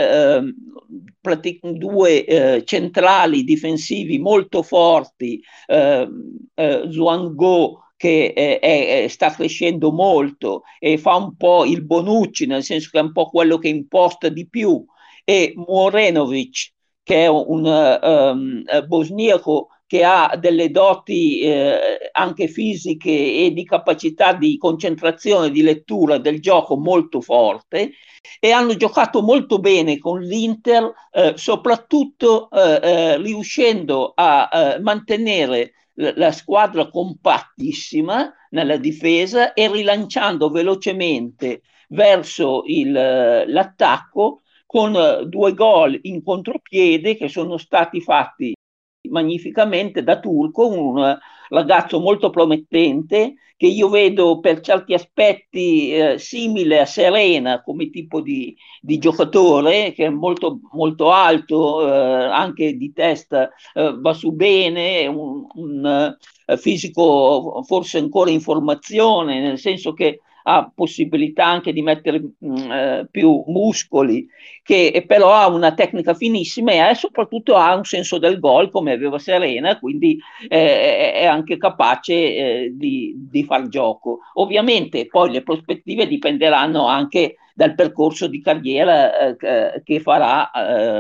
Speaker 6: due centrali difensivi molto forti, Zhuanggo, che sta crescendo molto e fa un po' il Bonucci, nel senso che è un po' quello che imposta di più, e Morenovic, che è un bosniaco che ha delle doti anche fisiche e di capacità di concentrazione, di lettura del gioco molto forte, e hanno giocato molto bene con l'Inter, soprattutto riuscendo a mantenere la squadra compattissima nella difesa e rilanciando velocemente verso l'attacco con 2 gol in contropiede che sono stati fatti magnificamente da Turco, un ragazzo molto promettente che io vedo per certi aspetti simile a Serena come tipo di giocatore, che è molto, molto alto, anche di testa va su bene, un fisico forse ancora in formazione, nel senso che ha possibilità anche di mettere più muscoli, che però ha una tecnica finissima e soprattutto ha un senso del gol come aveva Serena, quindi è anche capace di far gioco. Ovviamente poi le prospettive dipenderanno anche dal percorso di carriera che farà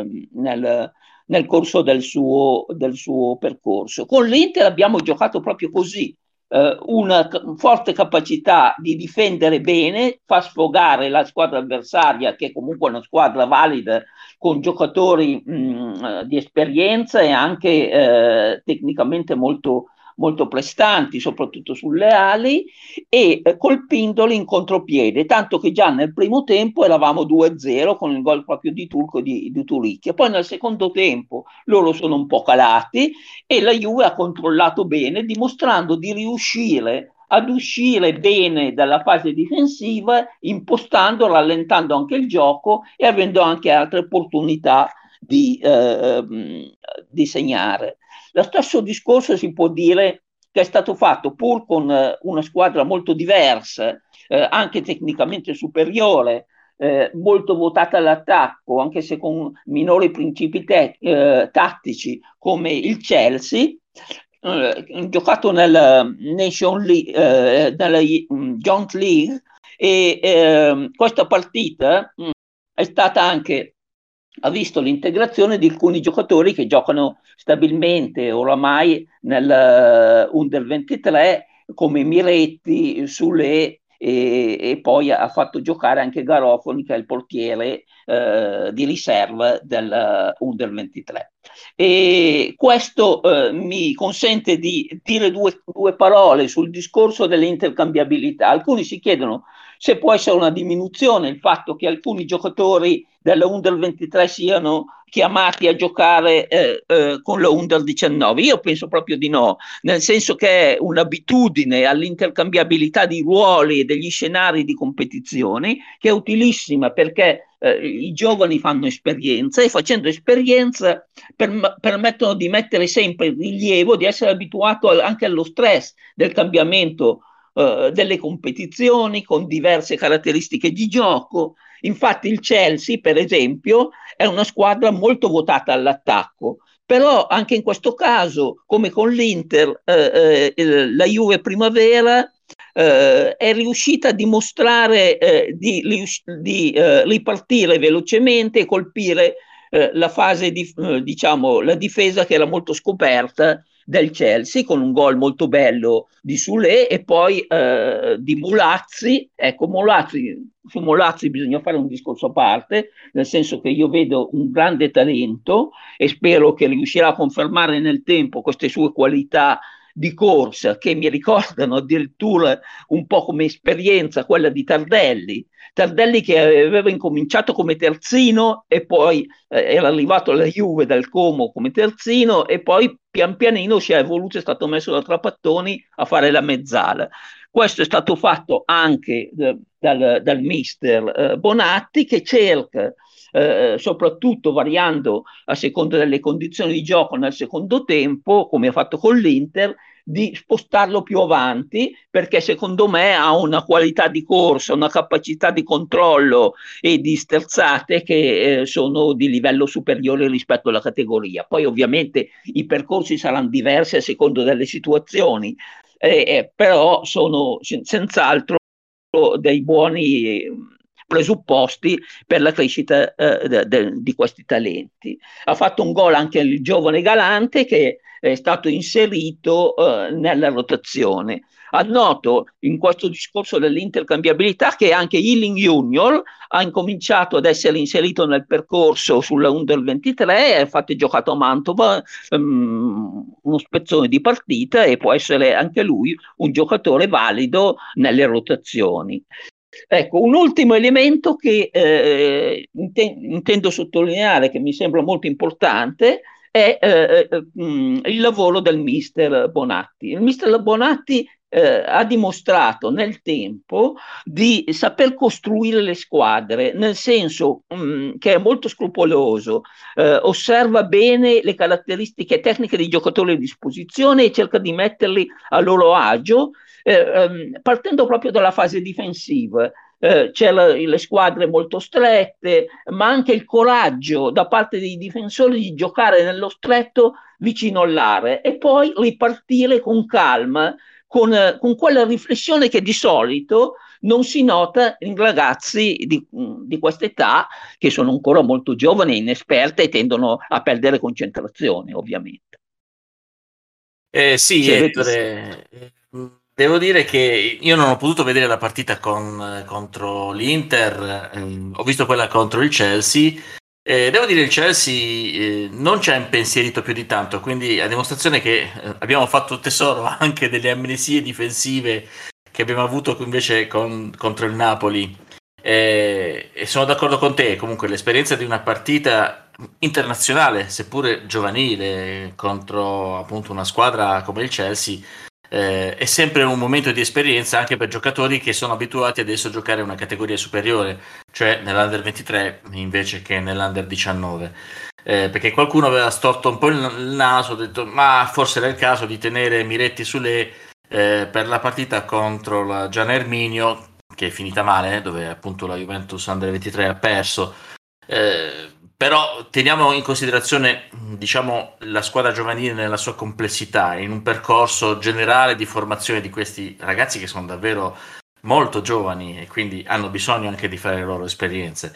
Speaker 6: nel corso del suo percorso. Con l'Inter abbiamo giocato proprio così, una forte capacità di difendere bene, fa sfogare la squadra avversaria, che è comunque una squadra valida, con giocatori di esperienza e anche tecnicamente molto prestanti, soprattutto sulle ali, e colpendoli in contropiede, tanto che già nel primo tempo eravamo 2-0 con il gol proprio di Turco di Turicchia. Poi nel secondo tempo loro sono un po' calati e la Juve ha controllato bene, dimostrando di riuscire ad uscire bene dalla fase difensiva, impostando, rallentando anche il gioco e avendo anche altre opportunità di segnare. Lo stesso discorso si può dire che è stato fatto pur con una squadra molto diversa, anche tecnicamente superiore, molto votata all'attacco, anche se con minori principi tattici, come il Chelsea, giocato nella Nation League, nella Joint League, e questa partita è stata anche, ha visto l'integrazione di alcuni giocatori che giocano stabilmente oramai nel Under 23, come Miretti, Sule, e poi ha fatto giocare anche Garofoni, che è il portiere di riserva del Under 23. E questo mi consente di dire due parole sul discorso dell'intercambiabilità. Alcuni si chiedono se può essere una diminuzione il fatto che alcuni giocatori della Under 23 siano chiamati a giocare con la Under 19. Io penso proprio di no, nel senso che è un'abitudine all'intercambiabilità di ruoli e degli scenari di competizioni che è utilissima, perché i giovani fanno esperienza e facendo esperienza permettono di mettere sempre in rilievo, di essere abituato anche allo stress del cambiamento delle competizioni con diverse caratteristiche di gioco. Infatti il Chelsea, per esempio, è una squadra molto votata all'attacco, però anche in questo caso, come con l'Inter, la Juve Primavera è riuscita a dimostrare di ripartire velocemente e colpire la fase diciamo, la difesa che era molto scoperta del Chelsea, con un gol molto bello di Sule e poi di Mulazzi. Ecco, su Mulazzi bisogna fare un discorso a parte, nel senso che io vedo un grande talento e spero che riuscirà a confermare nel tempo queste sue qualità di corsa, che mi ricordano addirittura un po' come esperienza quella di Tardelli che aveva incominciato come terzino e poi era arrivato alla Juve dal Como come terzino e poi pian pianino si è evoluto, è stato messo da Trapattoni a fare la mezzala. Questo è stato fatto anche dal mister Bonatti, che cerca, soprattutto variando a seconda delle condizioni di gioco nel secondo tempo, come ha fatto con l'Inter, di spostarlo più avanti, perché secondo me ha una qualità di corsa, una capacità di controllo e di sterzate che sono di livello superiore rispetto alla categoria. Poi ovviamente i percorsi saranno diversi a seconda delle situazioni, però sono senz'altro dei buoni presupposti per la crescita di questi talenti. Ha fatto un gol anche il giovane Galante, che è stato inserito nella rotazione. Annoto in questo discorso dell'intercambiabilità che anche Ealing Junior ha incominciato ad essere inserito nel percorso sulla Under 23, è infatti giocato a Mantova uno spezzone di partita e può essere anche lui un giocatore valido nelle rotazioni. Ecco, un ultimo elemento che intendo sottolineare, che mi sembra molto importante, è il lavoro del mister Bonatti. Il mister Bonatti ha dimostrato nel tempo di saper costruire le squadre, nel senso che è molto scrupoloso, osserva bene le caratteristiche tecniche dei giocatori a disposizione e cerca di metterli a loro agio, partendo proprio dalla fase difensiva. C'è le squadre molto strette, ma anche il coraggio da parte dei difensori di giocare nello stretto vicino all'area e poi ripartire con calma, con quella riflessione che di solito non si nota in ragazzi di questa età che sono ancora molto giovani, inesperte e tendono a perdere concentrazione, ovviamente.
Speaker 4: Sì, Ettore, devo dire che io non ho potuto vedere la partita contro l'Inter, ho visto quella contro il Chelsea. Devo dire il Chelsea non ci ha impensierito più di tanto, quindi a dimostrazione che abbiamo fatto tesoro anche delle amnesie difensive che abbiamo avuto invece contro il Napoli. E sono d'accordo con te, comunque l'esperienza di una partita internazionale, seppure giovanile, contro appunto una squadra come il Chelsea, è sempre un momento di esperienza anche per giocatori che sono abituati adesso a giocare una categoria superiore, cioè nell'Under 23 invece che nell'Under 19. Perché qualcuno aveva storto un po' il naso, ha detto ma forse era il caso di tenere Miretti Sule per la partita contro la Gian Erminio, che è finita male, dove appunto la Juventus Under 23 ha perso. Però teniamo in considerazione, diciamo, la squadra giovanile nella sua complessità, in un percorso generale di formazione di questi ragazzi che sono davvero molto giovani e quindi hanno bisogno anche di fare le loro esperienze.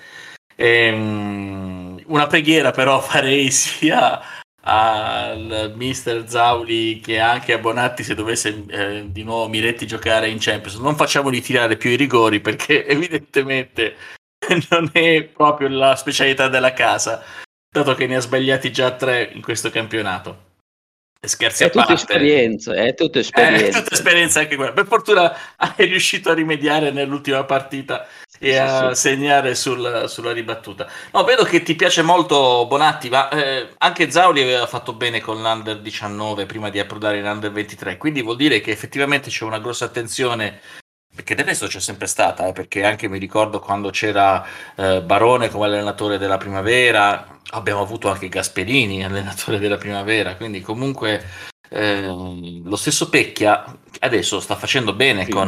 Speaker 4: Una preghiera però farei sia al mister Zauli che anche a Bonatti, se dovesse di nuovo Miretti giocare in Champions, non facciamoli tirare più i rigori, perché evidentemente non è proprio la specialità della casa, dato che ne ha sbagliati già 3 in questo campionato. Scherzi a parte,
Speaker 6: È tutta esperienza
Speaker 4: anche quella. Per fortuna è riuscito a rimediare nell'ultima partita e a segnare sulla ribattuta. No, vedo che ti piace molto Bonatti, ma anche Zauli aveva fatto bene con l'Under 19 prima di approdare in Under 23, quindi vuol dire che effettivamente c'è una grossa attenzione, perché del resto c'è sempre stata, perché anche mi ricordo quando c'era Barone come allenatore della Primavera, abbiamo avuto anche Gasperini allenatore della Primavera, quindi comunque lo stesso Pecchia adesso sta facendo bene con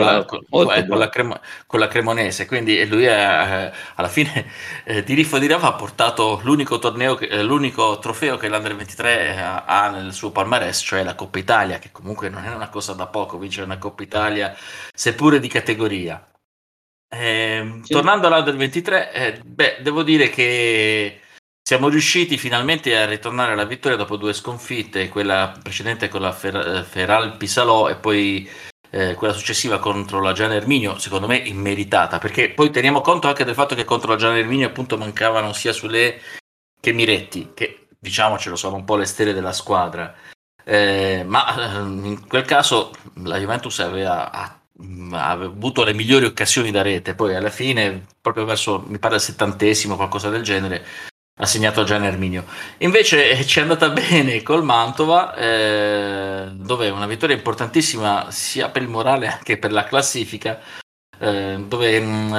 Speaker 4: la Cremonese, quindi lui alla fine di Riffo di Rava ha portato l'unico trofeo che l'Under 23 ha nel suo palmarès, cioè la Coppa Italia, che comunque non è una cosa da poco, vincere una Coppa Italia seppure di categoria. Tornando all'Under 23, devo dire che siamo riusciti finalmente a ritornare alla vittoria dopo 2 sconfitte, quella precedente con la Feral Pisalò e poi quella successiva contro la Gian Erminio, secondo me immeritata, perché poi teniamo conto anche del fatto che contro la Gian Erminio appunto mancavano sia Sule che Miretti, che diciamocelo sono un po' le stelle della squadra, ma in quel caso la Juventus aveva avuto le migliori occasioni da rete, poi alla fine proprio verso mi pare il 70esimo, qualcosa del genere, ha segnato a Gian Erminio. Invece ci è andata bene col Mantova, dove è una vittoria importantissima sia per il morale che per la classifica, dove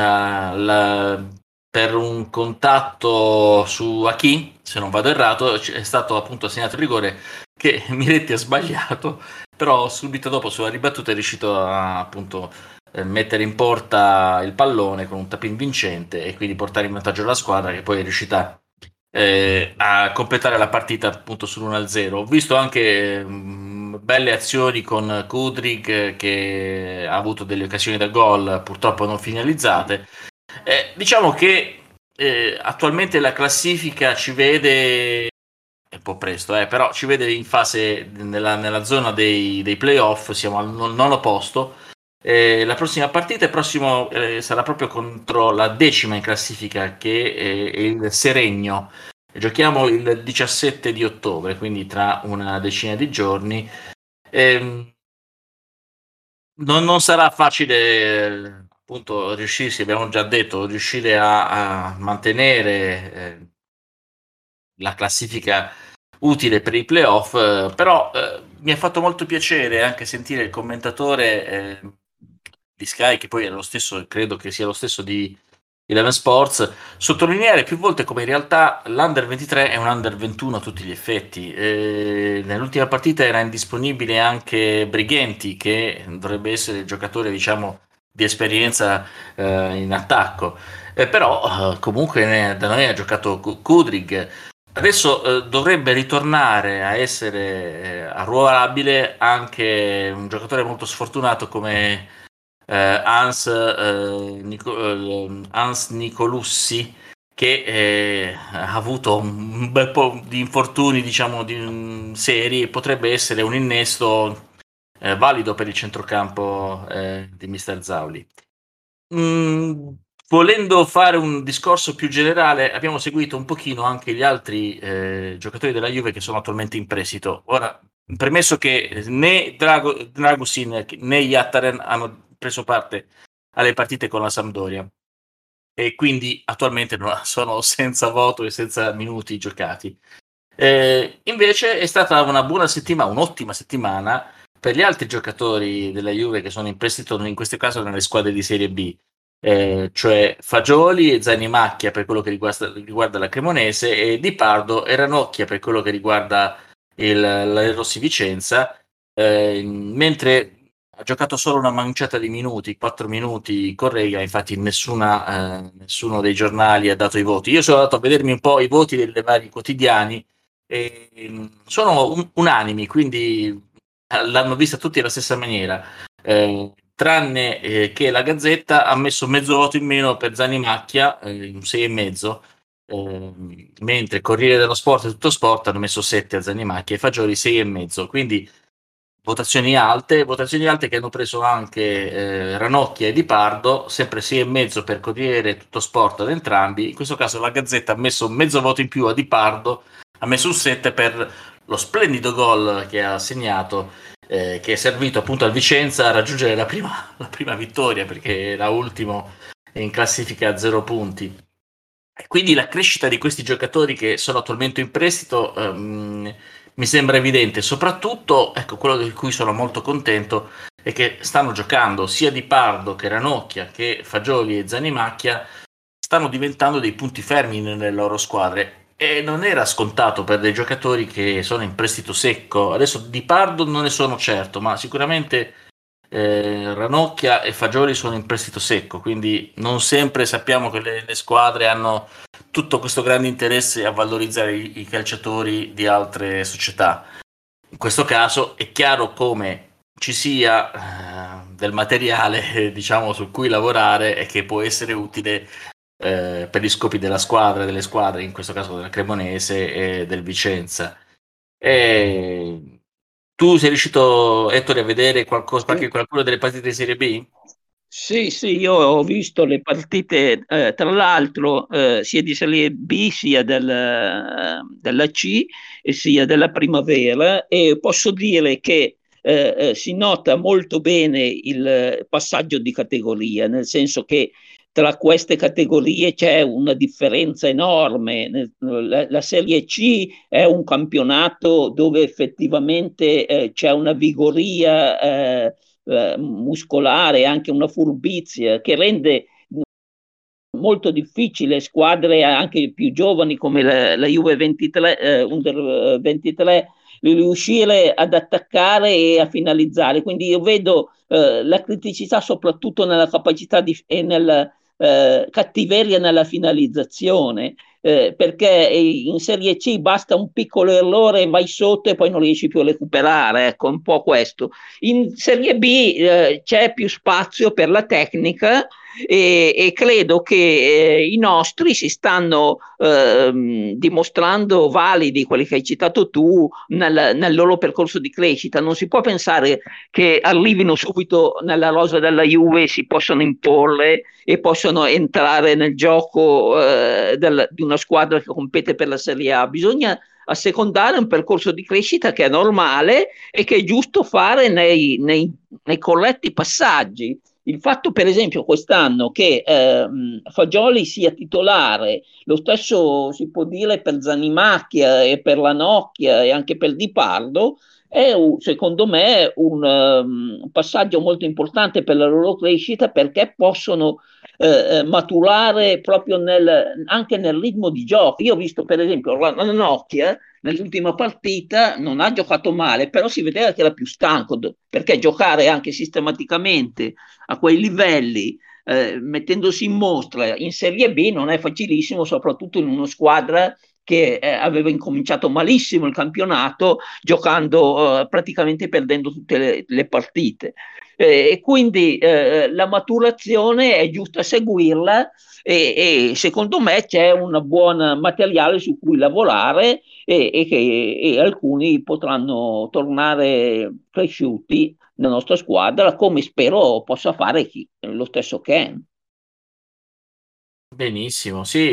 Speaker 4: per un contatto su Aki, se non vado errato, è stato appunto assegnato il rigore che Miretti ha sbagliato, però subito dopo sulla ribattuta è riuscito a appunto mettere in porta il pallone con un tap-in vincente e quindi portare in vantaggio la squadra, che poi è riuscita a completare la partita appunto sull'1-0. Ho visto anche belle azioni con Kudryk che ha avuto delle occasioni da gol purtroppo non finalizzate. Diciamo che attualmente la classifica ci vede, è un po' presto, però ci vede in fase nella zona dei playoff, siamo al nono posto. La prossima partita sarà proprio contro la 10ª in classifica, che è il Seregno. Giochiamo il 17 di ottobre, quindi tra una decina di giorni. Non sarà facile appunto riuscire a mantenere la classifica utile per i playoff, però mi ha fatto molto piacere anche sentire il commentatore di Sky, che poi è lo stesso, credo che sia lo stesso di Eleven Sports, sottolineare più volte come in realtà l'Under 23 è un Under 21 a tutti gli effetti. Nell'ultima partita era indisponibile anche Brighenti, che dovrebbe essere il giocatore, diciamo, di esperienza in attacco. Però comunque da noi ha giocato Kudrig. Adesso dovrebbe ritornare a essere arruolabile anche un giocatore molto sfortunato come Hans Nicolussi, che ha avuto un bel po' di infortuni, diciamo, seri, e potrebbe essere un innesto valido per il centrocampo di Mister Zauli. Volendo fare un discorso più generale, abbiamo seguito un pochino anche gli altri giocatori della Juve che sono attualmente in prestito. Ora, premesso che né Dragusin né Yattaren hanno preso parte alle partite con la Sampdoria e quindi attualmente sono senza voto e senza minuti giocati. Invece è stata una buona settimana, un'ottima settimana per gli altri giocatori della Juve che sono in prestito, in questo caso nelle squadre di Serie B. Cioè Fagioli e Zanimacchia per quello che riguarda la Cremonese, e Di Pardo e Ranocchia per quello che riguarda la Rossi Vicenza, mentre ha giocato solo una manciata di minuti, 4 minuti Correia, infatti nessuno dei giornali ha dato i voti. Io sono andato a vedermi un po' i voti dei vari quotidiani e sono unanimi, quindi l'hanno vista tutti alla stessa maniera. Tranne che la Gazzetta ha messo mezzo voto in meno per Zanimacchia, un 6,5, mentre Corriere dello Sport e Tutto Sport hanno messo 7 a Zanimacchia e Fagioli 6,5, quindi votazioni alte che hanno preso anche Ranocchia e Di Pardo, sempre 6,5 per Corriere e Tutto Sport ad entrambi. In questo caso la Gazzetta ha messo mezzo voto in più a Di Pardo, ha messo un 7 per lo splendido gol che ha segnato, che è servito appunto al Vicenza a raggiungere la prima vittoria, perché era ultimo in classifica a 0 punti. E quindi la crescita di questi giocatori che sono attualmente in prestito mi sembra evidente. Soprattutto, ecco, quello di cui sono molto contento è che stanno giocando sia Di Pardo che Ranocchia che Fagioli e Zanimacchia, stanno diventando dei punti fermi nelle loro squadre. E non era scontato per dei giocatori che sono in prestito secco. Adesso Di Pardo non ne sono certo, ma sicuramente Ranocchia e Fagioli sono in prestito secco, quindi non sempre sappiamo che le squadre hanno tutto questo grande interesse a valorizzare i calciatori di altre società. In questo caso è chiaro come ci sia del materiale diciamo su cui lavorare e che può essere utile per gli scopi delle squadre, in questo caso della Cremonese e del Vicenza. Tu sei riuscito, Ettore, a vedere qualcuno delle partite di Serie B?
Speaker 6: Sì, sì, io ho visto le partite, tra l'altro, sia di Serie B sia della C e sia della Primavera, e posso dire che si nota molto bene il passaggio di categoria, nel senso che tra queste categorie c'è una differenza enorme. La Serie C è un campionato dove effettivamente c'è una vigoria muscolare e anche una furbizia che rende molto difficile squadre anche più giovani come la Juve 23, Under 23, riuscire ad attaccare e a finalizzare. Quindi io vedo la criticità soprattutto nella capacità e nella cattiveria nella finalizzazione. Perché in Serie C basta un piccolo errore, vai sotto e poi non riesci più a recuperare, ecco, un po' questo. In Serie B c'è più spazio per la tecnica e credo che i nostri si stanno dimostrando validi, quelli che hai citato tu, nel loro percorso di crescita. Non si può pensare che arrivino subito nella rosa della Juve, si possono imporre e possono entrare nel gioco di una squadra che compete per la Serie A. Bisogna assecondare un percorso di crescita che è normale e che è giusto fare nei corretti passaggi. Il fatto, per esempio, quest'anno che Fagioli sia titolare, lo stesso si può dire per Zanimacchia e per Ranocchia e anche per Di Pardo, è secondo me un passaggio molto importante per la loro crescita, perché possono maturare proprio anche nel ritmo di gioco. Io ho visto per esempio la Nokia nell'ultima partita non ha giocato male, però si vedeva che era più stanco, perché giocare anche sistematicamente a quei livelli, mettendosi in mostra in Serie B non è facilissimo, soprattutto in una squadra che aveva incominciato malissimo il campionato, giocando praticamente perdendo tutte le partite. E quindi la maturazione è giusto seguirla e secondo me c'è un buon materiale su cui lavorare e alcuni potranno tornare cresciuti nella nostra squadra, come spero possa fare lo stesso Ken.
Speaker 4: Benissimo, sì,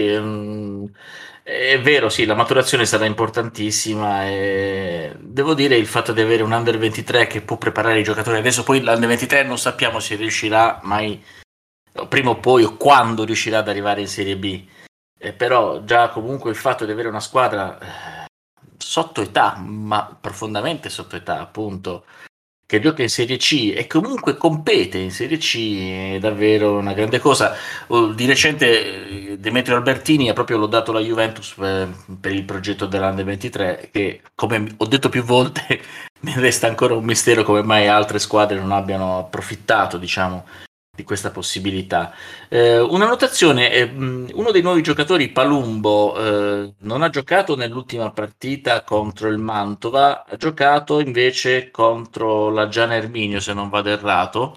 Speaker 4: è vero, sì, la maturazione sarà importantissima e devo dire il fatto di avere un Under 23 che può preparare i giocatori, adesso poi l'Under 23 non sappiamo se riuscirà mai, prima o poi, o quando riuscirà ad arrivare in Serie B, però già comunque il fatto di avere una squadra sotto età, ma profondamente sotto età, appunto, che gioca in Serie C e comunque compete in Serie C è davvero una grande cosa. Di recente Demetrio Albertini ha proprio lodato la Juventus per il progetto dell'Under 23 che, come ho detto più volte, mi resta ancora un mistero come mai altre squadre non abbiano approfittato, diciamo, di questa possibilità. Una notazione, uno dei nuovi giocatori, Palumbo, non ha giocato nell'ultima partita contro il Mantova, ha giocato invece contro la Gian Erminio, se non vado errato,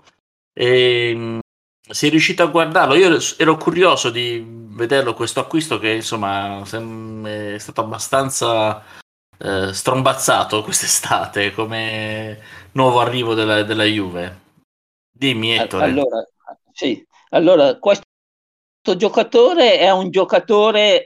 Speaker 4: e sei riuscito a guardarlo? Io ero curioso di vederlo, questo acquisto che insomma è stato abbastanza strombazzato quest'estate come nuovo arrivo della Juve. Dimmi, Ettore.
Speaker 6: Allora, questo giocatore è un giocatore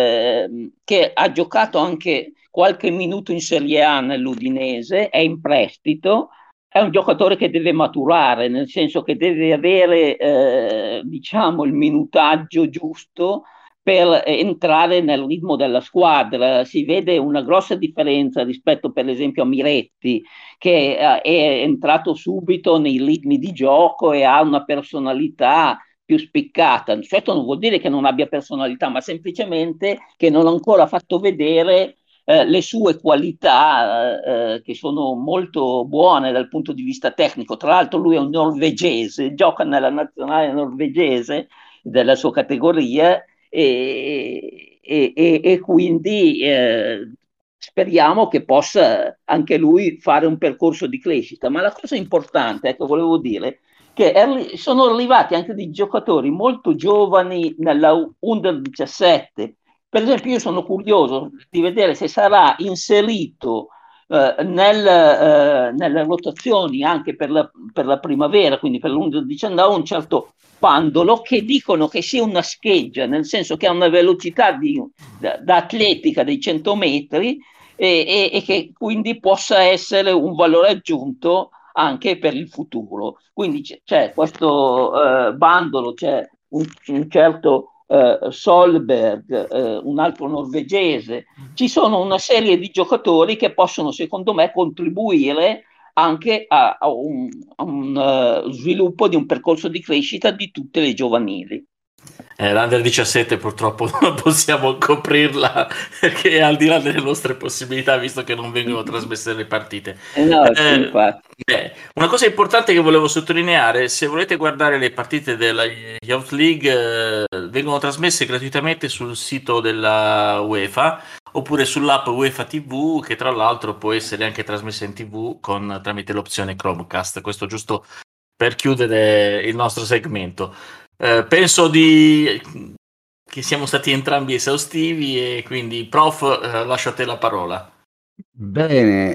Speaker 6: che ha giocato anche qualche minuto in Serie A nell'Udinese, è in prestito, è un giocatore che deve maturare, nel senso che deve avere, diciamo, il minutaggio giusto per entrare nel ritmo della squadra. Si vede una grossa differenza rispetto per esempio a Miretti, che è entrato subito nei ritmi di gioco e ha una personalità più spiccata. Certo non vuol dire che non abbia personalità, ma semplicemente che non ha ancora fatto vedere le sue qualità che sono molto buone dal punto di vista tecnico. Tra l'altro lui è un norvegese, gioca nella nazionale norvegese della sua categoria e quindi speriamo che possa anche lui fare un percorso di crescita. Ma la cosa importante, ecco, volevo dire, che sono arrivati anche dei giocatori molto giovani nella Under 17. Per esempio, io sono curioso di vedere se sarà inserito nelle rotazioni anche per la primavera, quindi per l'Under 19, un certo Pandolo, che dicono che sia una scheggia, nel senso che ha una velocità da atletica dei 100 metri e che quindi possa essere un valore aggiunto anche per il futuro. Quindi c'è questo bandolo, c'è un certo Solberg, un altro norvegese. Ci sono una serie di giocatori che possono, secondo me, contribuire anche a un sviluppo di un percorso di crescita di tutte le giovanili.
Speaker 4: L'Under 17 purtroppo non possiamo coprirla perché è al di là delle nostre possibilità, visto che non vengono trasmesse le partite. Una cosa importante che volevo sottolineare: se volete guardare le partite della Youth League, vengono trasmesse gratuitamente sul sito della UEFA oppure sull'app UEFA TV, che tra l'altro può essere anche trasmessa in TV tramite l'opzione Chromecast. Questo giusto per chiudere il nostro segmento. Penso che siamo stati entrambi esaustivi e quindi, prof, lascio a te la parola.
Speaker 1: Bene,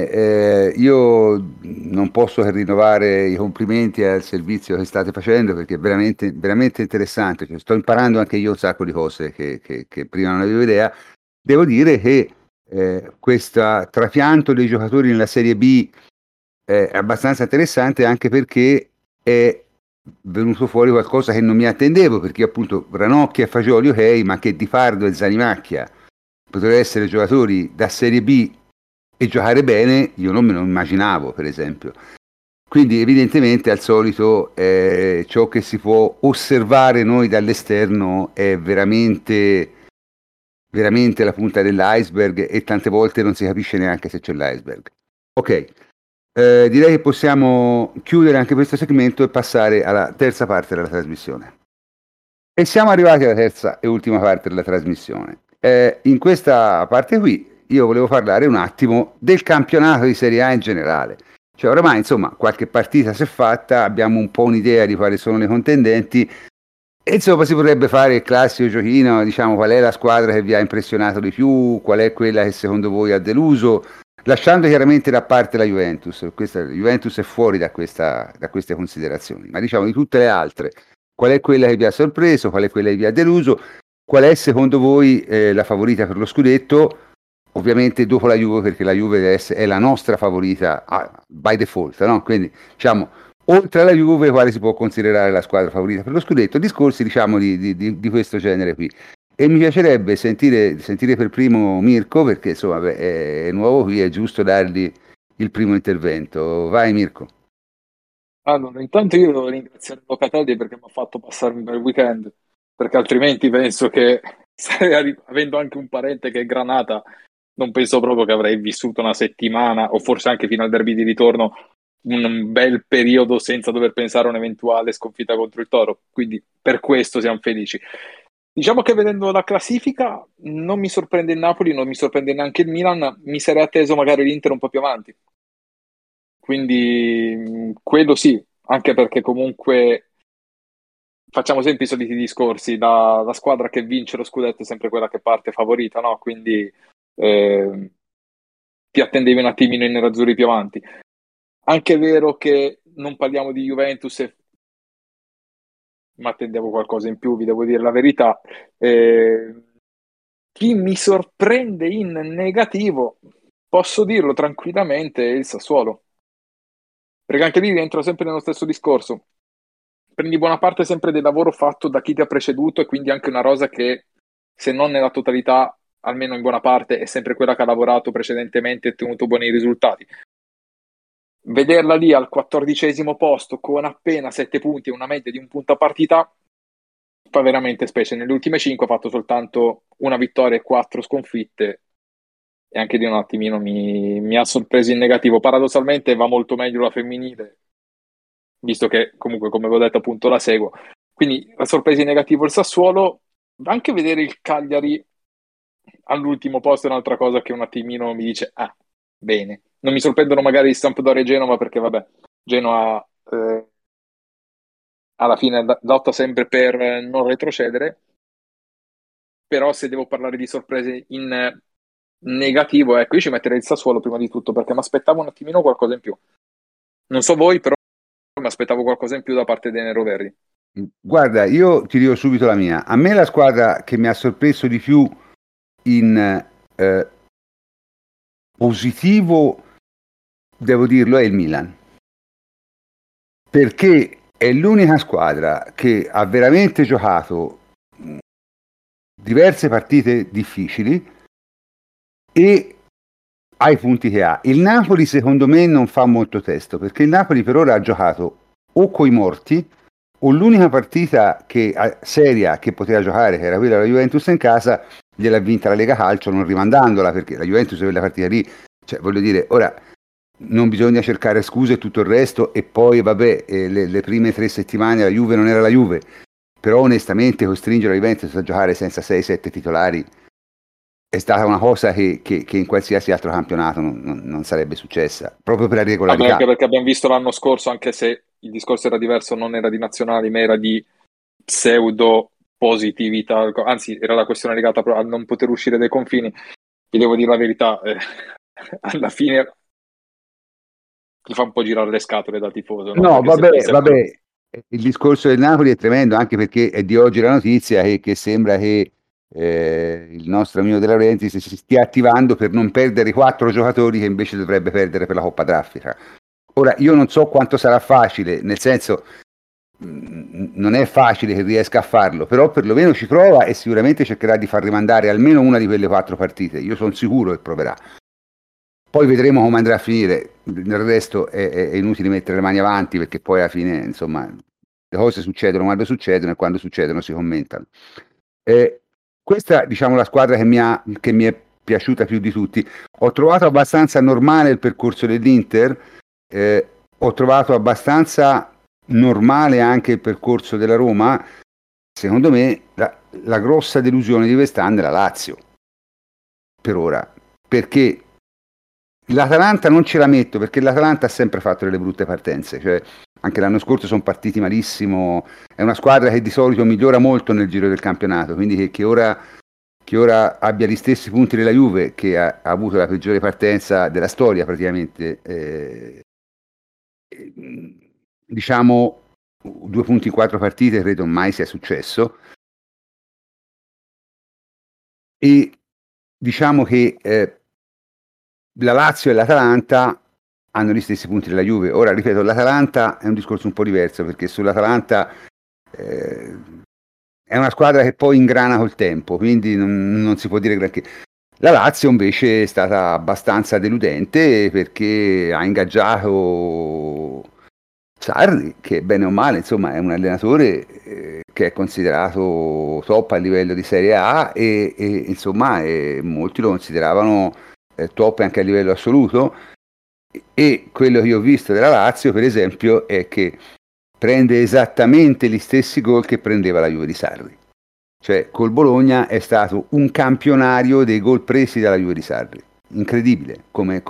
Speaker 1: io non posso che rinnovare i complimenti al servizio che state facendo, perché è veramente, veramente interessante. Cioè, sto imparando anche io un sacco di cose che prima non avevo idea. Devo dire che questo trapianto dei giocatori nella Serie B è abbastanza interessante, anche perché è venuto fuori qualcosa che non mi attendevo, perché appunto Ranocchia e Fagioli ok, ma che Di Pardo e Zanimacchia potrebbero essere giocatori da Serie B e giocare bene, io non me lo immaginavo, per esempio. quindi evidentemente al solito ciò che si può osservare noi dall'esterno è veramente la punta dell'iceberg e tante volte non si capisce neanche se c'è l'iceberg. Ok, direi che possiamo chiudere anche questo segmento e passare alla terza parte della trasmissione. E siamo arrivati alla terza e ultima parte della trasmissione. In questa parte qui io volevo parlare un attimo del campionato di Serie A in generale. Cioè oramai insomma qualche partita si è fatta, abbiamo un po' un'idea di quali sono i contendenti e insomma si potrebbe fare il classico giochino, diciamo qual è la squadra che vi ha impressionato di più, qual è quella che secondo voi ha deluso, lasciando chiaramente da parte la Juventus. La Juventus è fuori da queste considerazioni, ma diciamo di tutte le altre, qual è quella che vi ha sorpreso, qual è quella che vi ha deluso, qual è secondo voi la favorita per lo scudetto, ovviamente dopo la Juve, perché la Juve è la nostra favorita by default, no? Quindi diciamo oltre alla Juve quale si può considerare la squadra favorita per lo scudetto, discorsi diciamo di questo genere qui. E mi piacerebbe sentire per primo Mirko, perché insomma è nuovo qui, è giusto dargli il primo intervento. Vai Mirko.
Speaker 7: Allora, intanto io devo ringraziare Locatelli perché mi ha fatto passare un bel weekend, perché altrimenti penso che, avendo anche un parente che è Granata, non penso proprio che avrei vissuto una settimana, o forse anche fino al derby di ritorno, un bel periodo senza dover pensare a un'eventuale sconfitta contro il Toro. Quindi per questo siamo felici. Diciamo che vedendo la classifica non mi sorprende il Napoli, non mi sorprende neanche il Milan, mi sarei atteso magari l'Inter un po' più avanti. Quindi quello sì, anche perché comunque facciamo sempre i soliti discorsi, la squadra che vince lo scudetto è sempre quella che parte favorita, no? Quindi ti attendevi un attimino i nerazzurri più avanti. Anche è vero che non parliamo di Juventus, ma attendevo qualcosa in più, vi devo dire la verità. Chi mi sorprende in negativo, posso dirlo tranquillamente, è il Sassuolo. Perché anche lì rientro sempre nello stesso discorso. Prendi buona parte sempre del lavoro fatto da chi ti ha preceduto e quindi anche una rosa che, se non nella totalità, almeno in buona parte, è sempre quella che ha lavorato precedentemente e ottenuto buoni risultati. Vederla lì al 14° posto con appena 7 punti e una media di un punto a partita fa veramente specie. Nelle ultime 5 ha fatto soltanto una vittoria e 4 sconfitte e anche di un attimino mi ha sorpreso in negativo. Paradossalmente va molto meglio la femminile, visto che comunque, come vi ho detto, appunto la seguo. Quindi la sorpresa in negativo il Sassuolo. Anche vedere il Cagliari all'ultimo posto è un'altra cosa che un attimino mi dice bene. Non mi sorprendono magari il Sampdoria e Genova, perché vabbè, Genoa alla fine lotta sempre per non retrocedere, però se devo parlare di sorprese in negativo, ecco, io ci metterei il Sassuolo prima di tutto, perché mi aspettavo un attimino qualcosa in più. Non so voi, però mi aspettavo qualcosa in più da parte dei neroverdi.
Speaker 1: Guarda, io ti dico subito la mia. A me la squadra che mi ha sorpreso di più in positivo, devo dirlo, è il Milan. Perché è l'unica squadra che ha veramente giocato diverse partite difficili e ha i punti che ha. Il Napoli secondo me non fa molto testo, perché il Napoli per ora ha giocato o coi morti o l'unica partita seria che poteva giocare, che era quella della Juventus in casa, gliel'ha vinta la Lega Calcio non rimandandola, perché la Juventus quella partita lì, cioè voglio dire, ora non bisogna cercare scuse e tutto il resto, e poi vabbè, le prime 3 settimane la Juve non era la Juve, però onestamente costringere la Juventus a giocare senza 6-7 titolari è stata una cosa che in qualsiasi altro campionato non sarebbe successa, proprio per la regolarità.
Speaker 7: Anche perché abbiamo visto l'anno scorso, anche se il discorso era diverso, non era di nazionali, ma era di pseudo positività, anzi era la questione legata a non poter uscire dai confini. Vi devo dire la verità, alla fine ti fa un po' girare le scatole da tifoso.
Speaker 1: No, vabbè, il discorso del Napoli è tremendo, anche perché è di oggi la notizia che sembra che il nostro amico De Laurentiis si stia attivando per non perdere 4 giocatori che invece dovrebbe perdere per la Coppa d'Africa. Ora, io non so quanto sarà facile, nel senso non è facile che riesca a farlo, però perlomeno ci prova e sicuramente cercherà di far rimandare almeno una di quelle 4 partite. Io sono sicuro che proverà. Poi vedremo come andrà a finire. Nel resto è inutile mettere le mani avanti, perché poi alla fine, insomma, le cose succedono e quando succedono si commentano. Questa, diciamo, la squadra che mi è piaciuta più di tutti. Ho trovato abbastanza normale il percorso dell'Inter, ho trovato abbastanza normale anche il percorso della Roma. Secondo me la grossa delusione di quest'anno è la Lazio, per ora, perché l'Atalanta non ce la metto, perché l'Atalanta ha sempre fatto delle brutte partenze, cioè anche l'anno scorso sono partiti malissimo. È una squadra che di solito migliora molto nel giro del campionato, quindi che ora abbia gli stessi punti della Juve, che ha avuto la peggiore partenza della storia praticamente, diciamo 2 punti in 4 partite credo mai sia successo, e diciamo che la Lazio e l'Atalanta hanno gli stessi punti della Juve. Ora, ripeto, l'Atalanta è un discorso un po' diverso, perché sull'Atalanta è una squadra che poi ingrana col tempo, quindi non si può dire granché. La Lazio invece è stata abbastanza deludente, perché ha ingaggiato Sarri, che bene o male, insomma, è un allenatore che è considerato top a livello di Serie A, e insomma molti lo consideravano top anche a livello assoluto. E quello che io ho visto della Lazio, per esempio, è che prende esattamente gli stessi gol che prendeva la Juve di Sarri. Cioè, col Bologna è stato un campionario dei gol presi dalla Juve di Sarri. Incredibile, come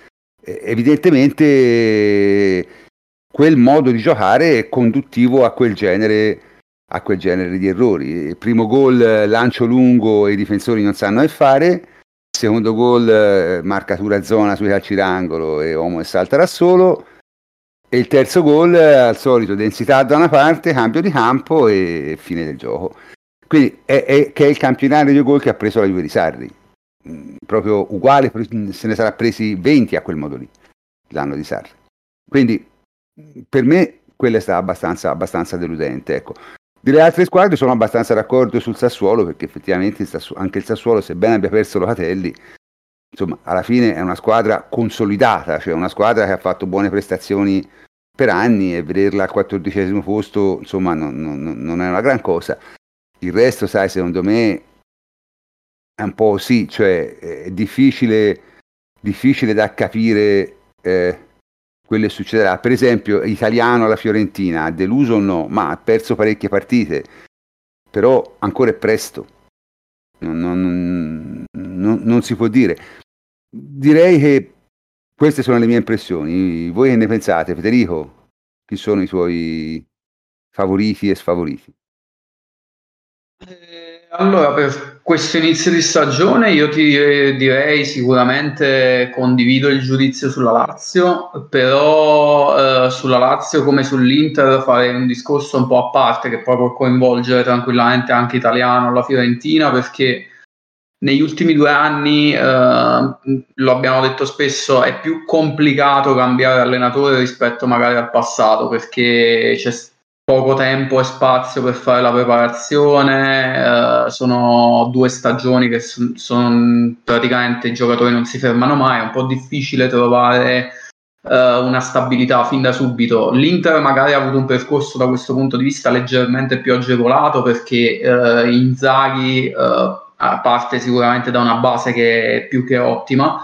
Speaker 1: evidentemente quel modo di giocare è conduttivo a quel genere di errori. Il primo gol, lancio lungo e i difensori non sanno che fare. Secondo gol, marcatura a zona sui calci d'angolo e uomo che salta da solo. E il terzo gol, al solito, densità da una parte, cambio di campo e fine del gioco. Quindi che è il campionario di gol che ha preso la Juve di Sarri. Proprio uguale, se ne sarà presi 20 a quel modo lì, l'anno di Sarri. Quindi per me quella è stata abbastanza deludente, ecco. Delle altre squadre sono abbastanza d'accordo sul Sassuolo, perché effettivamente anche il Sassuolo, sebbene abbia perso Locatelli, insomma, alla fine è una squadra consolidata, cioè una squadra che ha fatto buone prestazioni per anni, e vederla al 14° posto, insomma, non è una gran cosa. Il resto, sai, secondo me è un po' sì, cioè è difficile da capire quello che succederà. Per esempio, Italiano alla Fiorentina, ha deluso o no? Ma ha perso parecchie partite, però ancora è presto, non si può dire. Direi che queste sono le mie impressioni. Voi che ne pensate, Federico? Chi sono i tuoi favoriti e sfavoriti?
Speaker 2: Allora, per questo inizio di stagione io ti direi sicuramente condivido il giudizio sulla Lazio, però sulla Lazio come sull'Inter farei un discorso un po' a parte, che poi può coinvolgere tranquillamente anche Italiano, la Fiorentina, perché negli ultimi 2 anni, lo abbiamo detto spesso, è più complicato cambiare allenatore rispetto magari al passato, perché c'è poco tempo e spazio per fare la preparazione, sono 2 stagioni che sono praticamente, i giocatori non si fermano mai, è un po' difficile trovare una stabilità fin da subito. L'Inter magari ha avuto un percorso da questo punto di vista leggermente più agevolato, perché Inzaghi parte sicuramente da una base che è più che ottima,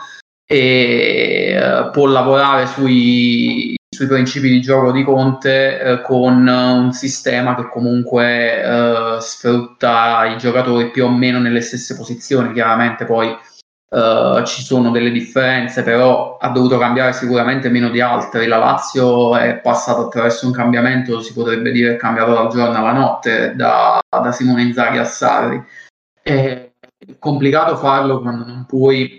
Speaker 2: e può lavorare sui principi di gioco di Conte con un sistema che comunque sfrutta i giocatori più o meno nelle stesse posizioni. Chiaramente poi ci sono delle differenze, però ha dovuto cambiare sicuramente meno di altri. La Lazio è passata attraverso un cambiamento, si potrebbe dire, cambiato dal giorno alla notte, da Simone Inzaghi a Sarri. È complicato farlo quando non puoi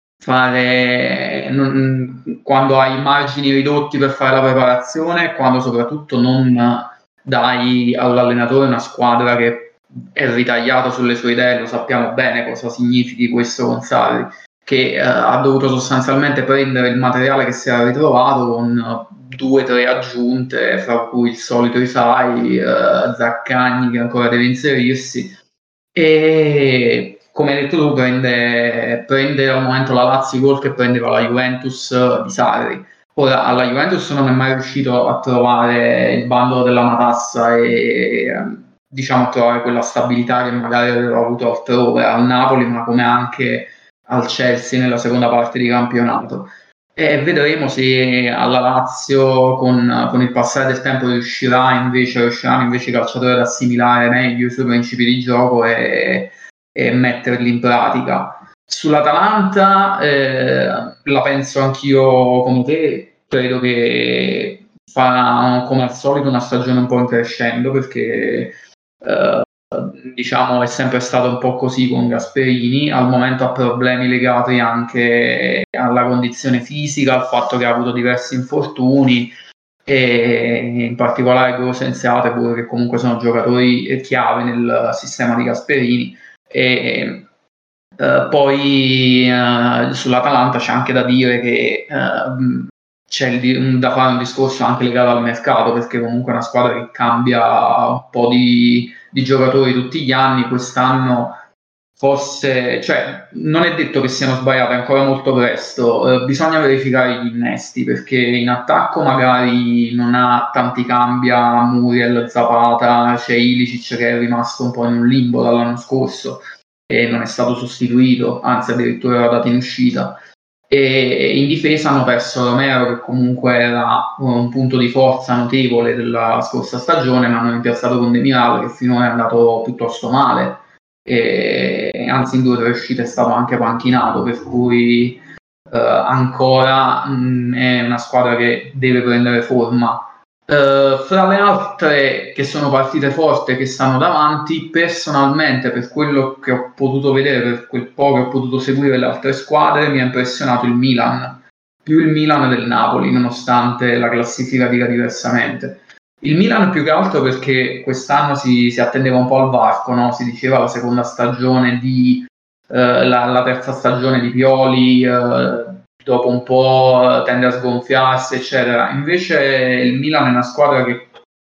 Speaker 2: quando hai margini ridotti per fare la preparazione, quando soprattutto non dai all'allenatore una squadra che è ritagliato sulle sue idee. Lo sappiamo bene cosa significhi questo con Sarri, che ha dovuto sostanzialmente prendere il materiale che si era ritrovato con 2 o 3 aggiunte, fra cui il solito Isai, Zaccagni che ancora deve inserirsi, e come hai detto tu, prende al momento la Lazio i gol che prendeva la Juventus di Sarri. Ora, alla Juventus non è mai riuscito a trovare il bandolo della matassa e diciamo a trovare quella stabilità che magari aveva avuto altrove al Napoli, ma come anche al Chelsea nella seconda parte di campionato. E vedremo se alla Lazio con il passare del tempo riusciranno invece i calciatori ad assimilare meglio i suoi principi di gioco e metterli in pratica. Sull'Atalanta la penso anch'io come te, credo che farà come al solito una stagione un po' in crescendo, perché diciamo è sempre stato un po' così con Gasperini. Al momento ha problemi legati anche alla condizione fisica, al fatto che ha avuto diversi infortuni e in particolare Gross e Seatebur, che comunque sono giocatori chiave nel sistema di Gasperini. E poi sull'Atalanta c'è anche da dire che c'è da fare un discorso anche legato al mercato, perché comunque è una squadra che cambia un po' di giocatori tutti gli anni. Quest'anno forse, cioè, non è detto che siano sbagliate, è ancora molto presto, bisogna verificare gli innesti, perché in attacco magari non ha tanti cambi a Muriel, Zapata, c'è Ilicic che è rimasto un po' in un limbo dall'anno scorso e non è stato sostituito, anzi addirittura era dato in uscita. E in difesa hanno perso Romero, che comunque era un punto di forza notevole della scorsa stagione, ma hanno rimpiazzato con Demiral, che finora è andato piuttosto male, e anzi in 2 o 3 uscite è stato anche panchinato, per cui ancora è una squadra che deve prendere forma. Fra le altre che sono partite forti che stanno davanti, personalmente, per quello che ho potuto vedere, per quel po' che ho potuto seguire le altre squadre, mi ha impressionato il Milan, più il Milan del Napoli, nonostante la classifica dica diversamente. Il Milan più che altro perché quest'anno si attendeva un po' al varco, no? Si diceva la seconda stagione di la terza stagione di Pioli, dopo un po' tende a sgonfiarsi, eccetera. Invece il Milan è una squadra che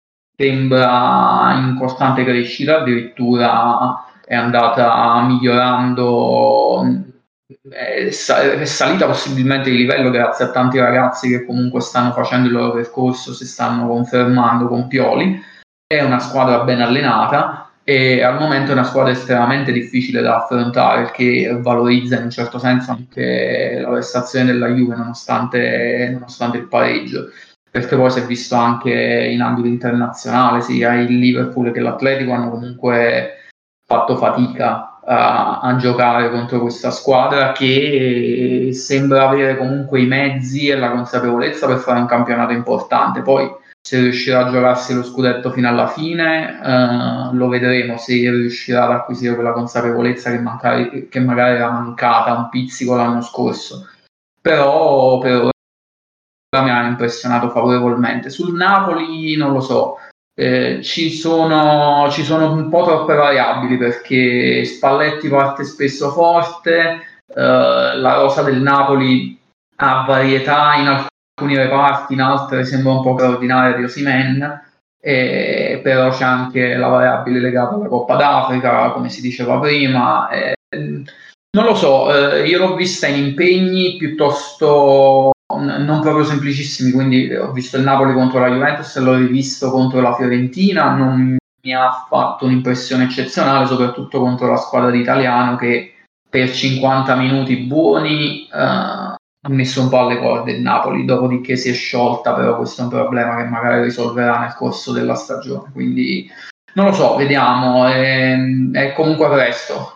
Speaker 2: sembra in costante crescita, addirittura è andata migliorando, è salita possibilmente di livello grazie a tanti ragazzi che comunque stanno facendo il loro percorso, si stanno confermando con Pioli. È una squadra ben allenata e al momento è una squadra estremamente difficile da affrontare, perché valorizza in un certo senso anche la prestazione della Juve nonostante il pareggio, perché poi si è visto anche in ambito internazionale sia il Liverpool che l'Atletico hanno comunque fatto fatica a giocare contro questa squadra che sembra avere comunque i mezzi e la consapevolezza per fare un campionato importante. Poi se riuscirà a giocarsi lo scudetto fino alla fine lo vedremo, se riuscirà ad acquisire quella consapevolezza che magari era mancata un pizzico l'anno scorso, però per ora mi ha impressionato favorevolmente. Sul Napoli non lo so, ci sono un po' troppe variabili, perché Spalletti parte spesso forte, la rosa del Napoli ha varietà in alcuni reparti, in altre sembra un po' straordinaria di Osimhen, però c'è anche la variabile legata alla Coppa d'Africa, come si diceva prima. Non lo so, io l'ho vista in impegni piuttosto non proprio semplicissimi, quindi ho visto il Napoli contro la Juventus e l'ho rivisto contro la Fiorentina, non mi ha fatto un'impressione eccezionale, soprattutto contro la squadra di Italiano, che per 50 minuti buoni ha messo un po' alle corde il Napoli, dopodiché si è sciolta, però questo è un problema che magari risolverà nel corso della stagione, quindi non lo so, vediamo, è comunque presto.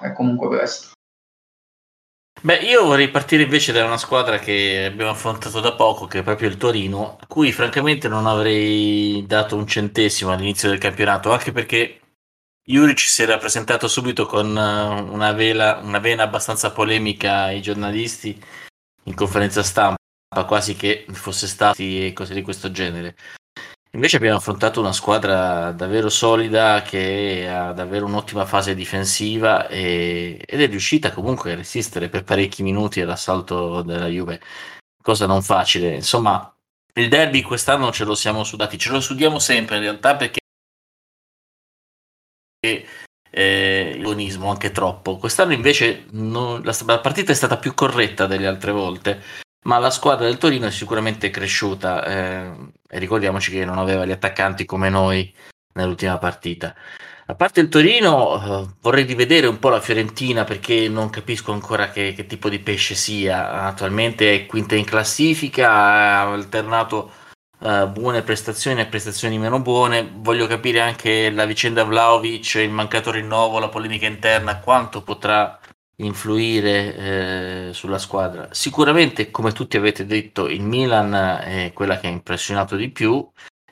Speaker 4: Beh, io vorrei partire invece da una squadra che abbiamo affrontato da poco, che è proprio il Torino, a cui francamente non avrei dato un centesimo all'inizio del campionato, anche perché Juric si era presentato subito con una vena abbastanza polemica ai giornalisti in conferenza stampa, quasi che fosse stati e cose di questo genere. Invece abbiamo affrontato una squadra davvero solida, che ha davvero un'ottima fase difensiva ed è riuscita comunque a resistere per parecchi minuti all'assalto della Juve, cosa non facile. Insomma, il derby quest'anno ce lo siamo sudati, ce lo sudiamo sempre in realtà, perché il protagonismo, anche troppo. Quest'anno invece la partita è stata più corretta delle altre volte, ma la squadra del Torino è sicuramente cresciuta, e ricordiamoci che non aveva gli attaccanti come noi nell'ultima partita. A parte il Torino, vorrei rivedere un po' la Fiorentina perché non capisco ancora che tipo di pesce sia. Attualmente è quinta in classifica, ha alternato buone prestazioni e prestazioni meno buone. Voglio capire anche la vicenda Vlahovic, il mancato rinnovo, la polemica interna, quanto potrà influire sulla squadra. Sicuramente, come tutti avete detto, il Milan è quella che ha impressionato di più.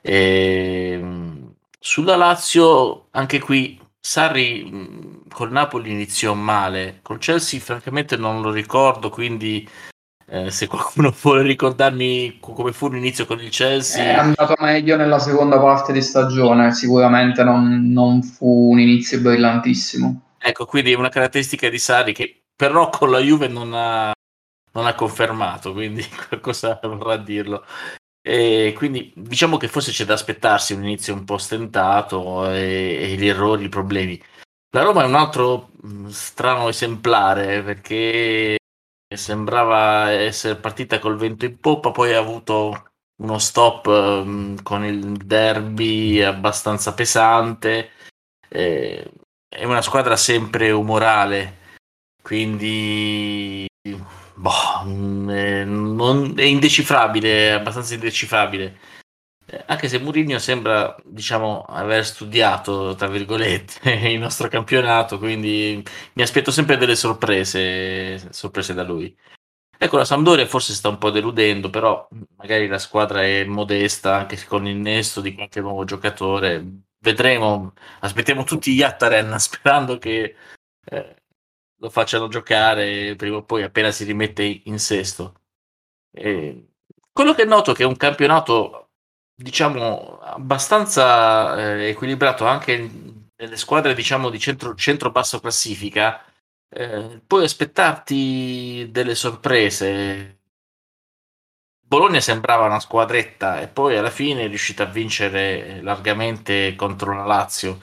Speaker 4: Sulla Lazio, anche qui Sarri col Napoli iniziò male, col Chelsea francamente non lo ricordo, quindi se qualcuno vuole ricordarmi come fu l'inizio con il
Speaker 2: È
Speaker 4: Chelsea.
Speaker 2: andato meglio nella seconda parte di stagione, sicuramente non fu un inizio brillantissimo.
Speaker 4: Ecco, quindi è una caratteristica di Sarri che però con la Juve non ha confermato, quindi qualcosa vorrà dirlo. E quindi diciamo che forse c'è da aspettarsi un inizio un po' stentato e gli errori, i problemi. La Roma è un altro strano esemplare perché sembrava essere partita col vento in poppa, poi ha avuto uno stop con il derby abbastanza pesante. È una squadra sempre umorale, quindi è indecifrabile, è abbastanza indecifrabile. Anche se Mourinho sembra, diciamo, aver studiato, tra virgolette, il nostro campionato, quindi mi aspetto sempre delle sorprese da lui. Ecco, la Sampdoria forse sta un po' deludendo, però magari la squadra è modesta, anche se con l'innesto di qualche nuovo giocatore. Vedremo, aspettiamo tutti Yattaren sperando che lo facciano giocare prima o poi appena si rimette in sesto. Quello che noto è che è un campionato, diciamo, abbastanza equilibrato anche nelle squadre, diciamo, di centro-basso classifica. Puoi aspettarti delle sorprese. Bologna sembrava una squadretta e poi alla fine è riuscita a vincere largamente contro la Lazio.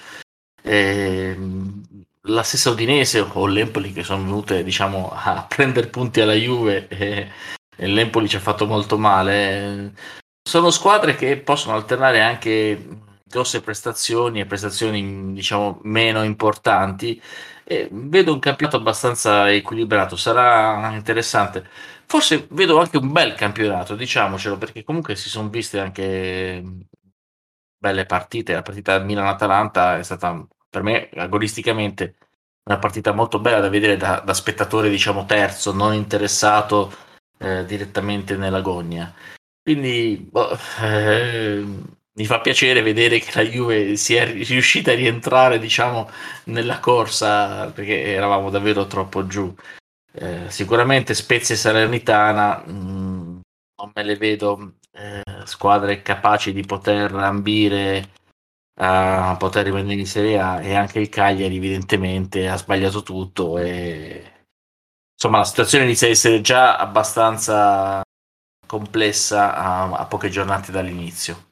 Speaker 4: La stessa Udinese o l'Empoli che sono venute, diciamo, a prendere punti alla Juve e l'Empoli ci ha fatto molto male. Sono squadre che possono alternare anche grosse prestazioni e prestazioni, diciamo, meno importanti. E vedo un campionato abbastanza equilibrato, sarà interessante. Forse vedo anche un bel campionato, diciamocelo, perché comunque si sono viste anche belle partite. La partita Milan-Atalanta è stata per me agonisticamente una partita molto bella da vedere da spettatore, diciamo, terzo, non interessato direttamente nell'agonia. Quindi mi fa piacere vedere che la Juve sia riuscita a rientrare, diciamo, nella corsa perché eravamo davvero troppo giù. Sicuramente Spezia e Salernitana non me le vedo squadre capaci di poter ambire a poter rimanere in Serie A, e anche il Cagliari evidentemente ha sbagliato tutto e insomma la situazione inizia a essere già abbastanza complessa a poche giornate dall'inizio.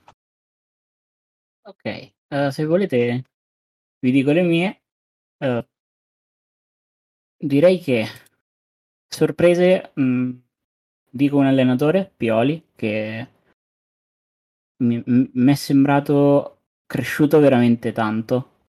Speaker 5: Ok, se volete vi dico le mie. Direi che sorprese, dico un allenatore, Pioli, che mi è sembrato cresciuto veramente tanto.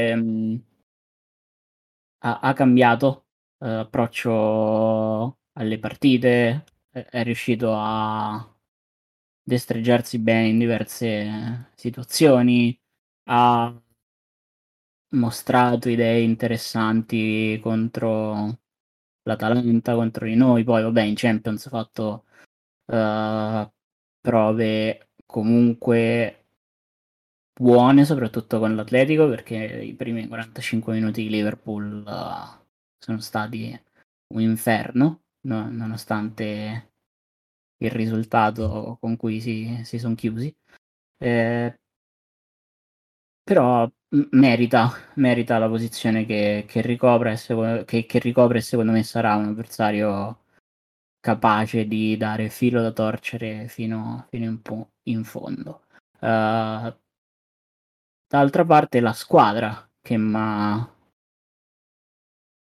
Speaker 5: Ha cambiato approccio alle partite, è riuscito a destreggiarsi bene in diverse situazioni, ha mostrato idee interessanti contro l'Atalanta, contro di noi. Poi vabbè, in Champions ha fatto prove comunque buone, soprattutto con l'Atletico, perché i primi 45 minuti di Liverpool sono stati un inferno, nonostante il risultato con cui si sono chiusi. Però merita la posizione che ricopre, che ricopre, e secondo me sarà un avversario capace di dare filo da torcere fino un po' in fondo. D'altra parte la squadra che m'ha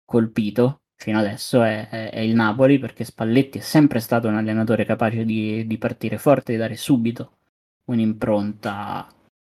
Speaker 5: colpito fino adesso è il Napoli, perché Spalletti è sempre stato un allenatore capace di partire forte, di dare subito un'impronta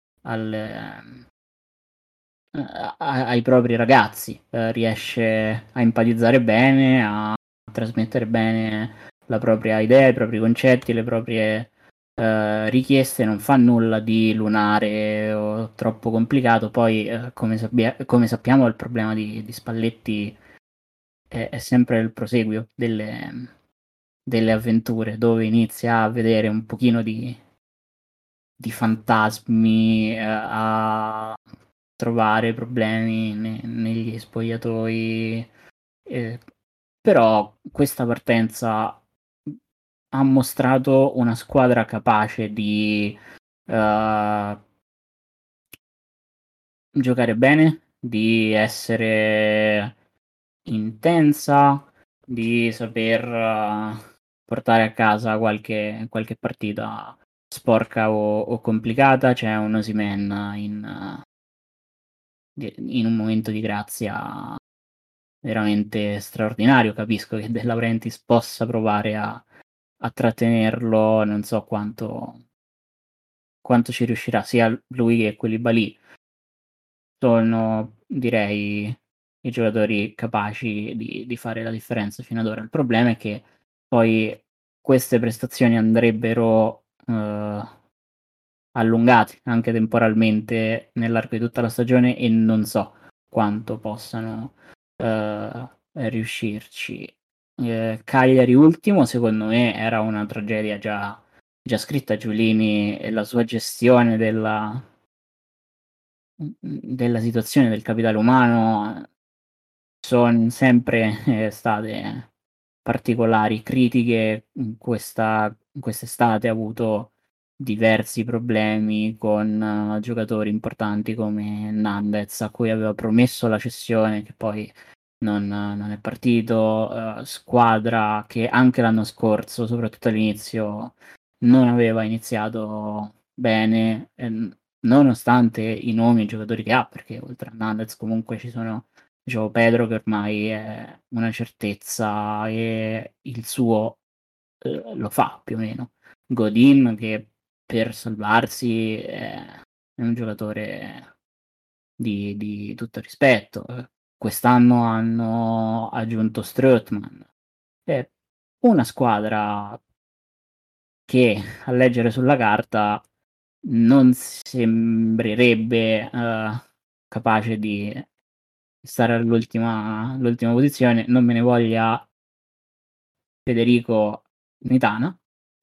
Speaker 5: ai propri ragazzi, riesce a empatizzare bene, a trasmettere bene la propria idea, i propri concetti, le proprie richieste, non fa nulla di lunare o troppo complicato. Poi, come sappiamo, il problema di Spalletti è sempre il proseguio delle avventure, dove inizia a vedere un pochino di fantasmi, a trovare problemi negli spogliatoi. Però questa partenza ha mostrato una squadra capace di giocare bene, di essere intensa, di saper portare a casa qualche partita sporca o complicata. C'è un Osimhen in un momento di grazia veramente straordinario. Capisco che De Laurentiis possa provare a trattenerlo, non so quanto ci riuscirà. Sia lui che Koulibaly sono, direi, i giocatori capaci di fare la differenza fino ad ora. Il problema è che poi queste prestazioni andrebbero allungate anche temporalmente nell'arco di tutta la stagione, e non so quanto possano riuscirci. Cagliari ultimo, secondo me, era una tragedia già scritta. Giulini e la sua gestione della situazione del capitale umano sono sempre state particolari critiche. Quest'estate ha avuto diversi problemi con giocatori importanti come Nandez, a cui aveva promesso la cessione, che poi non è partito. Squadra che anche l'anno scorso, soprattutto all'inizio, non aveva iniziato bene, nonostante i nomi e i giocatori che ha, perché oltre a Nandez comunque ci sono João Pedro, che ormai è una certezza e il suo lo fa più o meno. Godin, che per salvarsi è un giocatore di tutto rispetto. Quest'anno hanno aggiunto Strootman. È una squadra che, a leggere sulla carta, non sembrerebbe capace di stare all'ultima posizione. Non me ne voglia Federico Mitana.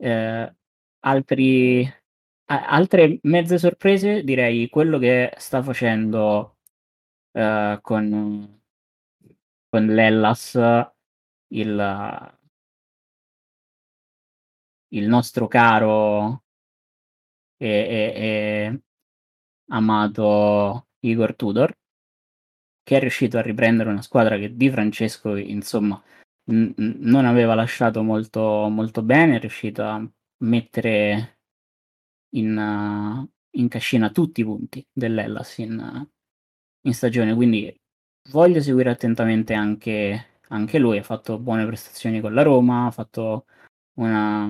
Speaker 5: Altre mezze sorprese, direi quello che sta facendo con l'Hellas il nostro caro e amato Igor Tudor, che è riuscito a riprendere una squadra che Di Francesco, insomma, non aveva lasciato molto bene. È riuscito a mettere in cascina tutti i punti dell'Hellas in stagione, quindi voglio seguire attentamente anche lui. Ha fatto buone prestazioni con la Roma, ha fatto una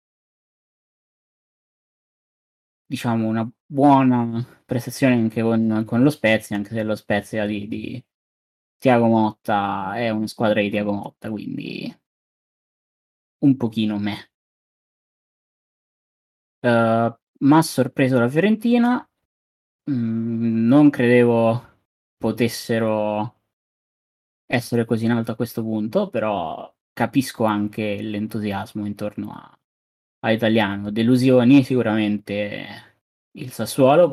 Speaker 5: buona prestazione anche con lo Spezia, anche se lo Spezia di Thiago Motta è una squadra di Thiago Motta, quindi un pochino meh. M'ha sorpreso la Fiorentina. Non credevo potessero essere così in alto a questo punto, però capisco anche l'entusiasmo intorno a Italiano. Delusioni sicuramente il Sassuolo,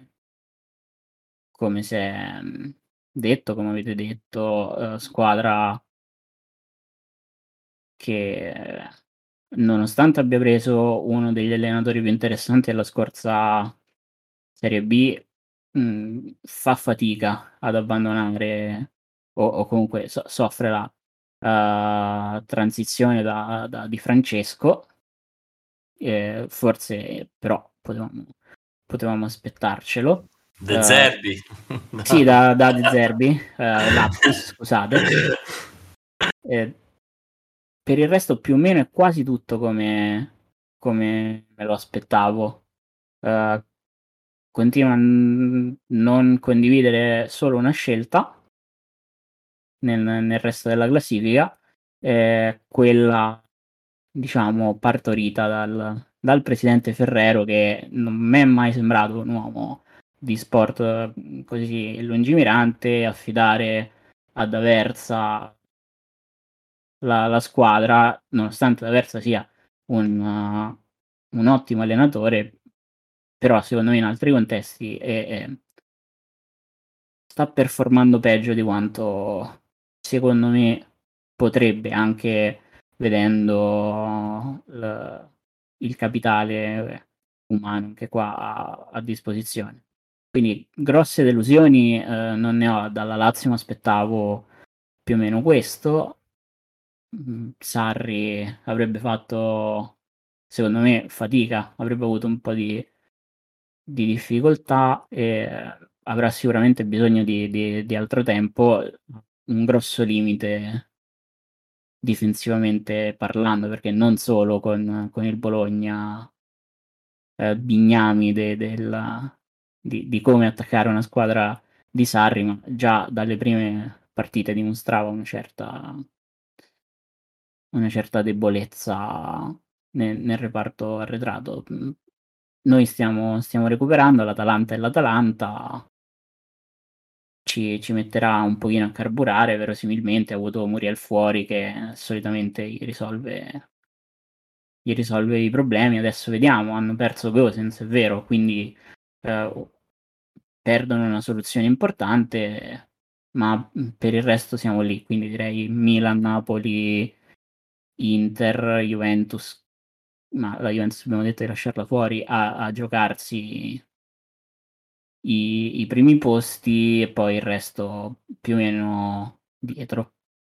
Speaker 5: come si è detto, come avete detto, squadra che, nonostante abbia preso uno degli allenatori più interessanti della scorsa Serie B, fa fatica ad abbandonare, o comunque soffre la transizione da Di Francesco. Forse però potevamo aspettarcelo.
Speaker 4: De Zerbi.
Speaker 5: Sì, da De Zerbi, lapsus, scusate. Per il resto più o meno è quasi tutto come me lo aspettavo. Continua a non condividere solo una scelta nel resto della classifica, quella diciamo partorita dal presidente Ferrero, che non mi è mai sembrato un uomo di sport così lungimirante. Affidare ad Aversa la squadra, nonostante Aversa sia un ottimo allenatore, però secondo me in altri contesti sta performando peggio di quanto secondo me potrebbe, anche vedendo il capitale umano che qua a disposizione. Quindi grosse delusioni non ne ho. Dalla Lazio mi aspettavo più o meno questo. Sarri avrebbe fatto, secondo me, fatica, avrebbe avuto un po' di difficoltà e avrà sicuramente bisogno di altro tempo. Un grosso limite difensivamente parlando, perché non solo con il Bologna bignami di come attaccare una squadra di Sarri, ma già dalle prime partite dimostrava una certa debolezza nel reparto arretrato. Noi stiamo recuperando, l'Atalanta è l'Atalanta, ci metterà un pochino a carburare, verosimilmente. Ha avuto Muriel fuori che solitamente gli risolve i problemi. Adesso vediamo, hanno perso Gosens, è vero, quindi perdono una soluzione importante, ma per il resto siamo lì, quindi direi Milan, Napoli, Inter, Juventus, ma la Juventus abbiamo detto di lasciarla fuori, a giocarsi i primi posti e poi il resto più o meno dietro.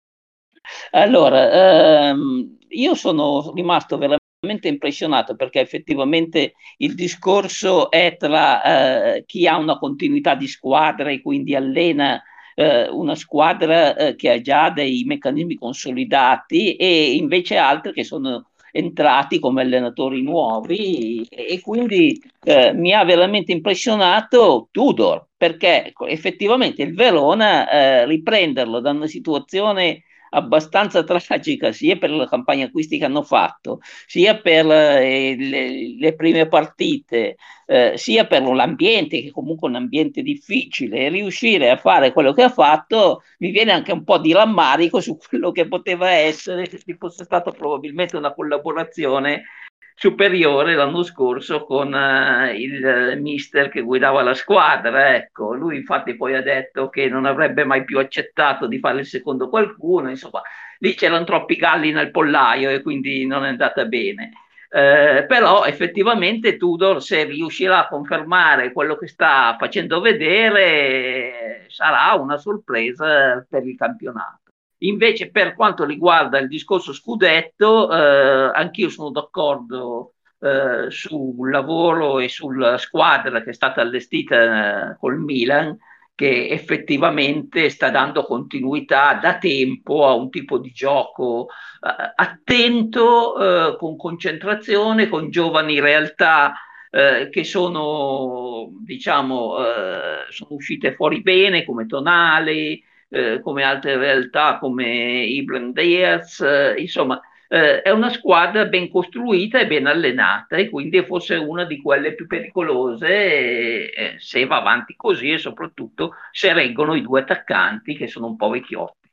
Speaker 6: Allora, io sono rimasto veramente impressionato, perché effettivamente il discorso è tra chi ha una continuità di squadra e quindi allena una squadra che ha già dei meccanismi consolidati, e invece altri che sono entrati come allenatori nuovi, e quindi mi ha veramente impressionato Tudor, perché effettivamente il Verona, riprenderlo da una situazione abbastanza tragica, sia per la campagna acquisti che hanno fatto, sia per le prime partite, sia per l'ambiente, che comunque è un ambiente difficile, e riuscire a fare quello che ha fatto, mi viene anche un po' di rammarico su quello che poteva essere se ci fosse stata probabilmente una collaborazione superiore l'anno scorso con il mister che guidava la squadra. Ecco, lui infatti poi ha detto che non avrebbe mai più accettato di fare il secondo qualcuno. Insomma, lì c'erano troppi galli nel pollaio e quindi non è andata bene. Però effettivamente Tudor, se riuscirà a confermare quello che sta facendo vedere, sarà una sorpresa per il campionato. Invece, per quanto riguarda il discorso scudetto, anch'io sono d'accordo sul lavoro e sulla squadra che è stata allestita col Milan, che effettivamente sta dando continuità da tempo a un tipo di gioco attento, con concentrazione, con giovani realtà che sono, diciamo, sono uscite fuori bene, come Tonali, come altre realtà come Ibram Diaz, insomma, è una squadra ben costruita e ben allenata, e quindi è forse una di quelle più pericolose se va avanti così, e soprattutto se reggono i due attaccanti che sono un po' vecchiotti.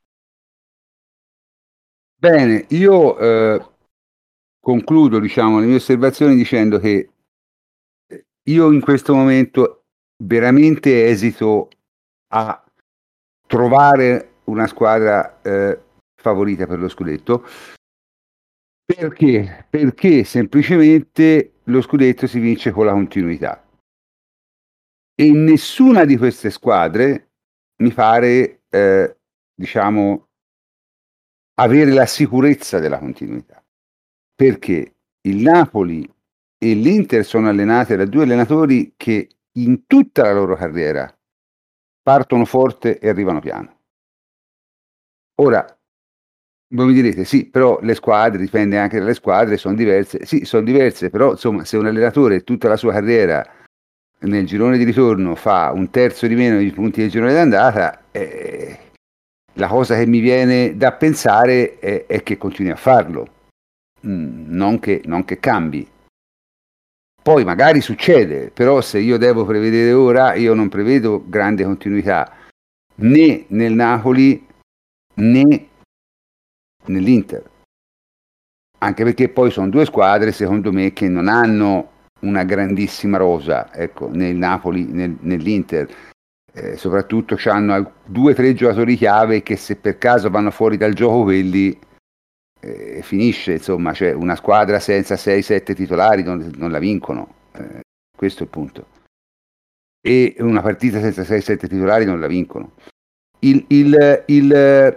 Speaker 1: Bene, io concludo, diciamo, le mie osservazioni dicendo che io in questo momento veramente esito a trovare una squadra favorita per lo scudetto. Perché? Perché semplicemente lo scudetto si vince con la continuità, e nessuna di queste squadre mi pare, diciamo, avere la sicurezza della continuità, perché il Napoli e l'Inter sono allenate da due allenatori che in tutta la loro carriera partono forte e arrivano piano. Ora, voi mi direte, sì, però le squadre, dipende anche dalle squadre, sono diverse. Sì, sono diverse, però insomma, se un allenatore tutta la sua carriera nel girone di ritorno fa un terzo di meno dei punti del girone d'andata, la cosa che mi viene da pensare è che continui a farlo, non che cambi. Poi magari succede, però se io devo prevedere ora, io non prevedo grande continuità né nel Napoli né nell'Inter. Anche perché poi sono due squadre, secondo me, che non hanno una grandissima rosa, ecco, nel Napoli, nell'Inter. Soprattutto hanno 2 o 3 giocatori chiave che se per caso vanno fuori dal gioco quelli finisce, insomma, cioè una squadra senza 6-7 titolari non la vincono, questo è il punto. E una partita senza 6-7 titolari non la vincono. Il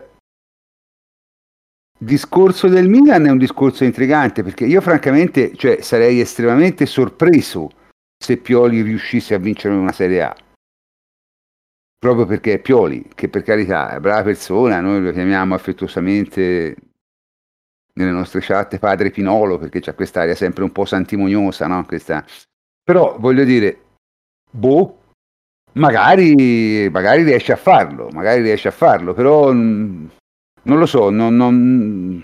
Speaker 1: discorso del Milan è un discorso intrigante, perché io francamente, cioè, sarei estremamente sorpreso se Pioli riuscisse a vincere una Serie A. Proprio perché è Pioli, che per carità è brava persona, noi lo chiamiamo affettuosamente nelle nostre chat padre Pinolo, perché c'ha quest'aria sempre un po' santimoniosa, no? Però voglio dire, magari riesce a farlo, però non lo so, non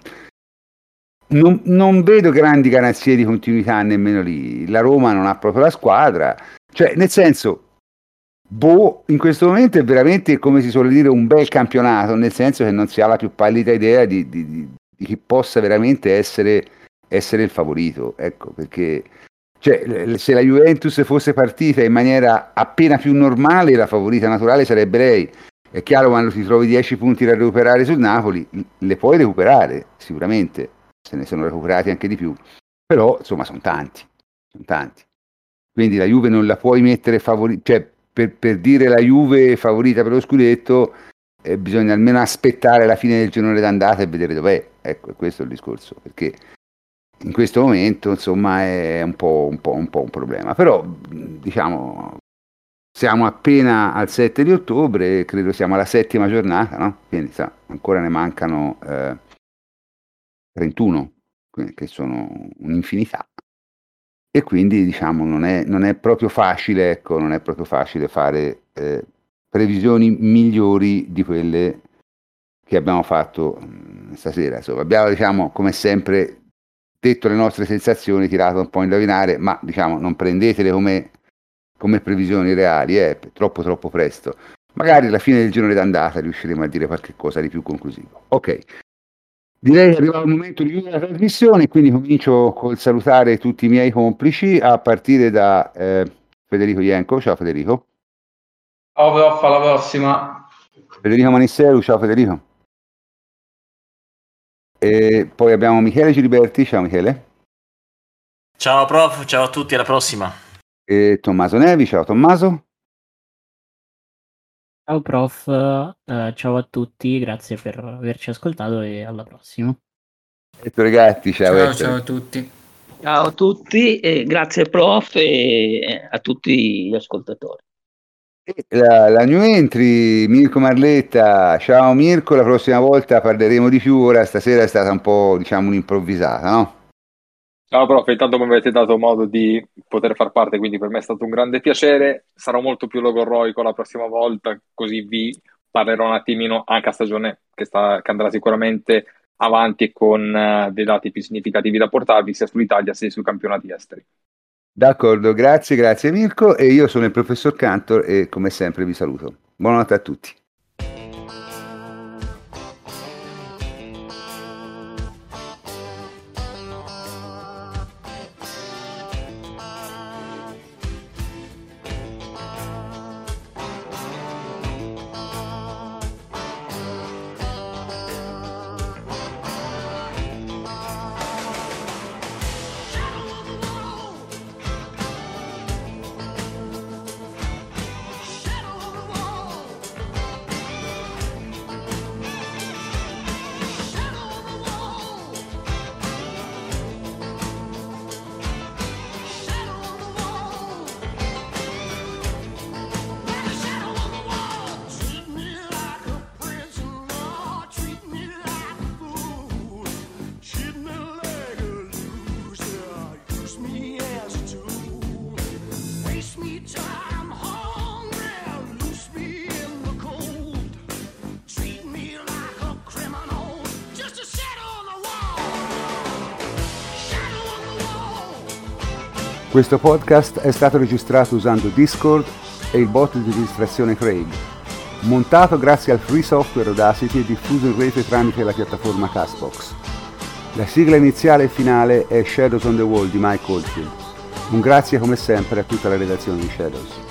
Speaker 1: vedo grandi garanzie di continuità nemmeno lì. La Roma non ha proprio la squadra, cioè nel senso, in questo momento è veramente, come si suole dire, un bel campionato, nel senso che non si ha la più pallida idea di chi possa veramente essere il favorito, ecco, perché cioè, se la Juventus fosse partita in maniera appena più normale, la favorita naturale sarebbe lei. È chiaro, quando ti trovi 10 punti da recuperare sul Napoli, le puoi recuperare, sicuramente, se ne sono recuperati anche di più, però insomma sono tanti. Quindi la Juve non la puoi mettere favorita, cioè per dire la Juve favorita per lo scudetto, bisogna almeno aspettare la fine del girone d'andata e vedere dov'è. Ecco, questo è il discorso, perché in questo momento insomma è un po' un problema. Però diciamo, siamo appena al 7 di ottobre, credo siamo alla 7ª giornata, no? Quindi ancora ne mancano 31, che sono un'infinità. E quindi diciamo non è proprio facile, ecco, non è proprio facile fare previsioni migliori di quelle che abbiamo fatto stasera. Insomma, abbiamo, diciamo, come sempre detto le nostre sensazioni, tirato un po' a indovinare, ma diciamo non prendetele come previsioni reali, è troppo presto. Magari alla fine del girone d'andata riusciremo a dire qualche cosa di più conclusivo. Ok. Direi che è arrivato il momento di chiudere la trasmissione, quindi comincio col salutare tutti i miei complici, a partire da Federico Ienco. Ciao Federico.
Speaker 2: Ciao prof, alla prossima.
Speaker 1: Federico Manisselu, ciao Federico. E poi abbiamo Michele Giliberti, ciao Michele.
Speaker 4: Ciao prof, ciao a tutti, alla prossima.
Speaker 1: E Tommaso Nevi, ciao Tommaso.
Speaker 5: Ciao prof, ciao a tutti, grazie per averci ascoltato e alla prossima.
Speaker 1: Ettore Gatti, ciao.
Speaker 3: Ciao a tutti.
Speaker 6: Ciao a tutti, e grazie prof e a tutti gli ascoltatori.
Speaker 1: La new entry, Mirko Marletta, ciao Mirko, la prossima volta parleremo di più, ora stasera è stata un po', diciamo, un'improvvisata, no?
Speaker 7: Ciao prof, intanto mi avete dato modo di poter far parte, quindi per me è stato un grande piacere. Sarò molto più logorroico la prossima volta, così vi parlerò un attimino anche a stagione che andrà sicuramente avanti e con dei dati più significativi da portarvi sia sull'Italia sia sui campionati esteri.
Speaker 1: D'accordo, grazie Mirko, e io sono il professor Cantor e come sempre vi saluto. Buonanotte a tutti. Questo podcast è stato registrato usando Discord e il bot di registrazione Craig, montato grazie al free software Audacity e diffuso in rete tramite la piattaforma Castbox. La sigla iniziale e finale è Shadows on the Wall di Mike Oldfield. Un grazie come sempre a tutta la redazione di Shadows.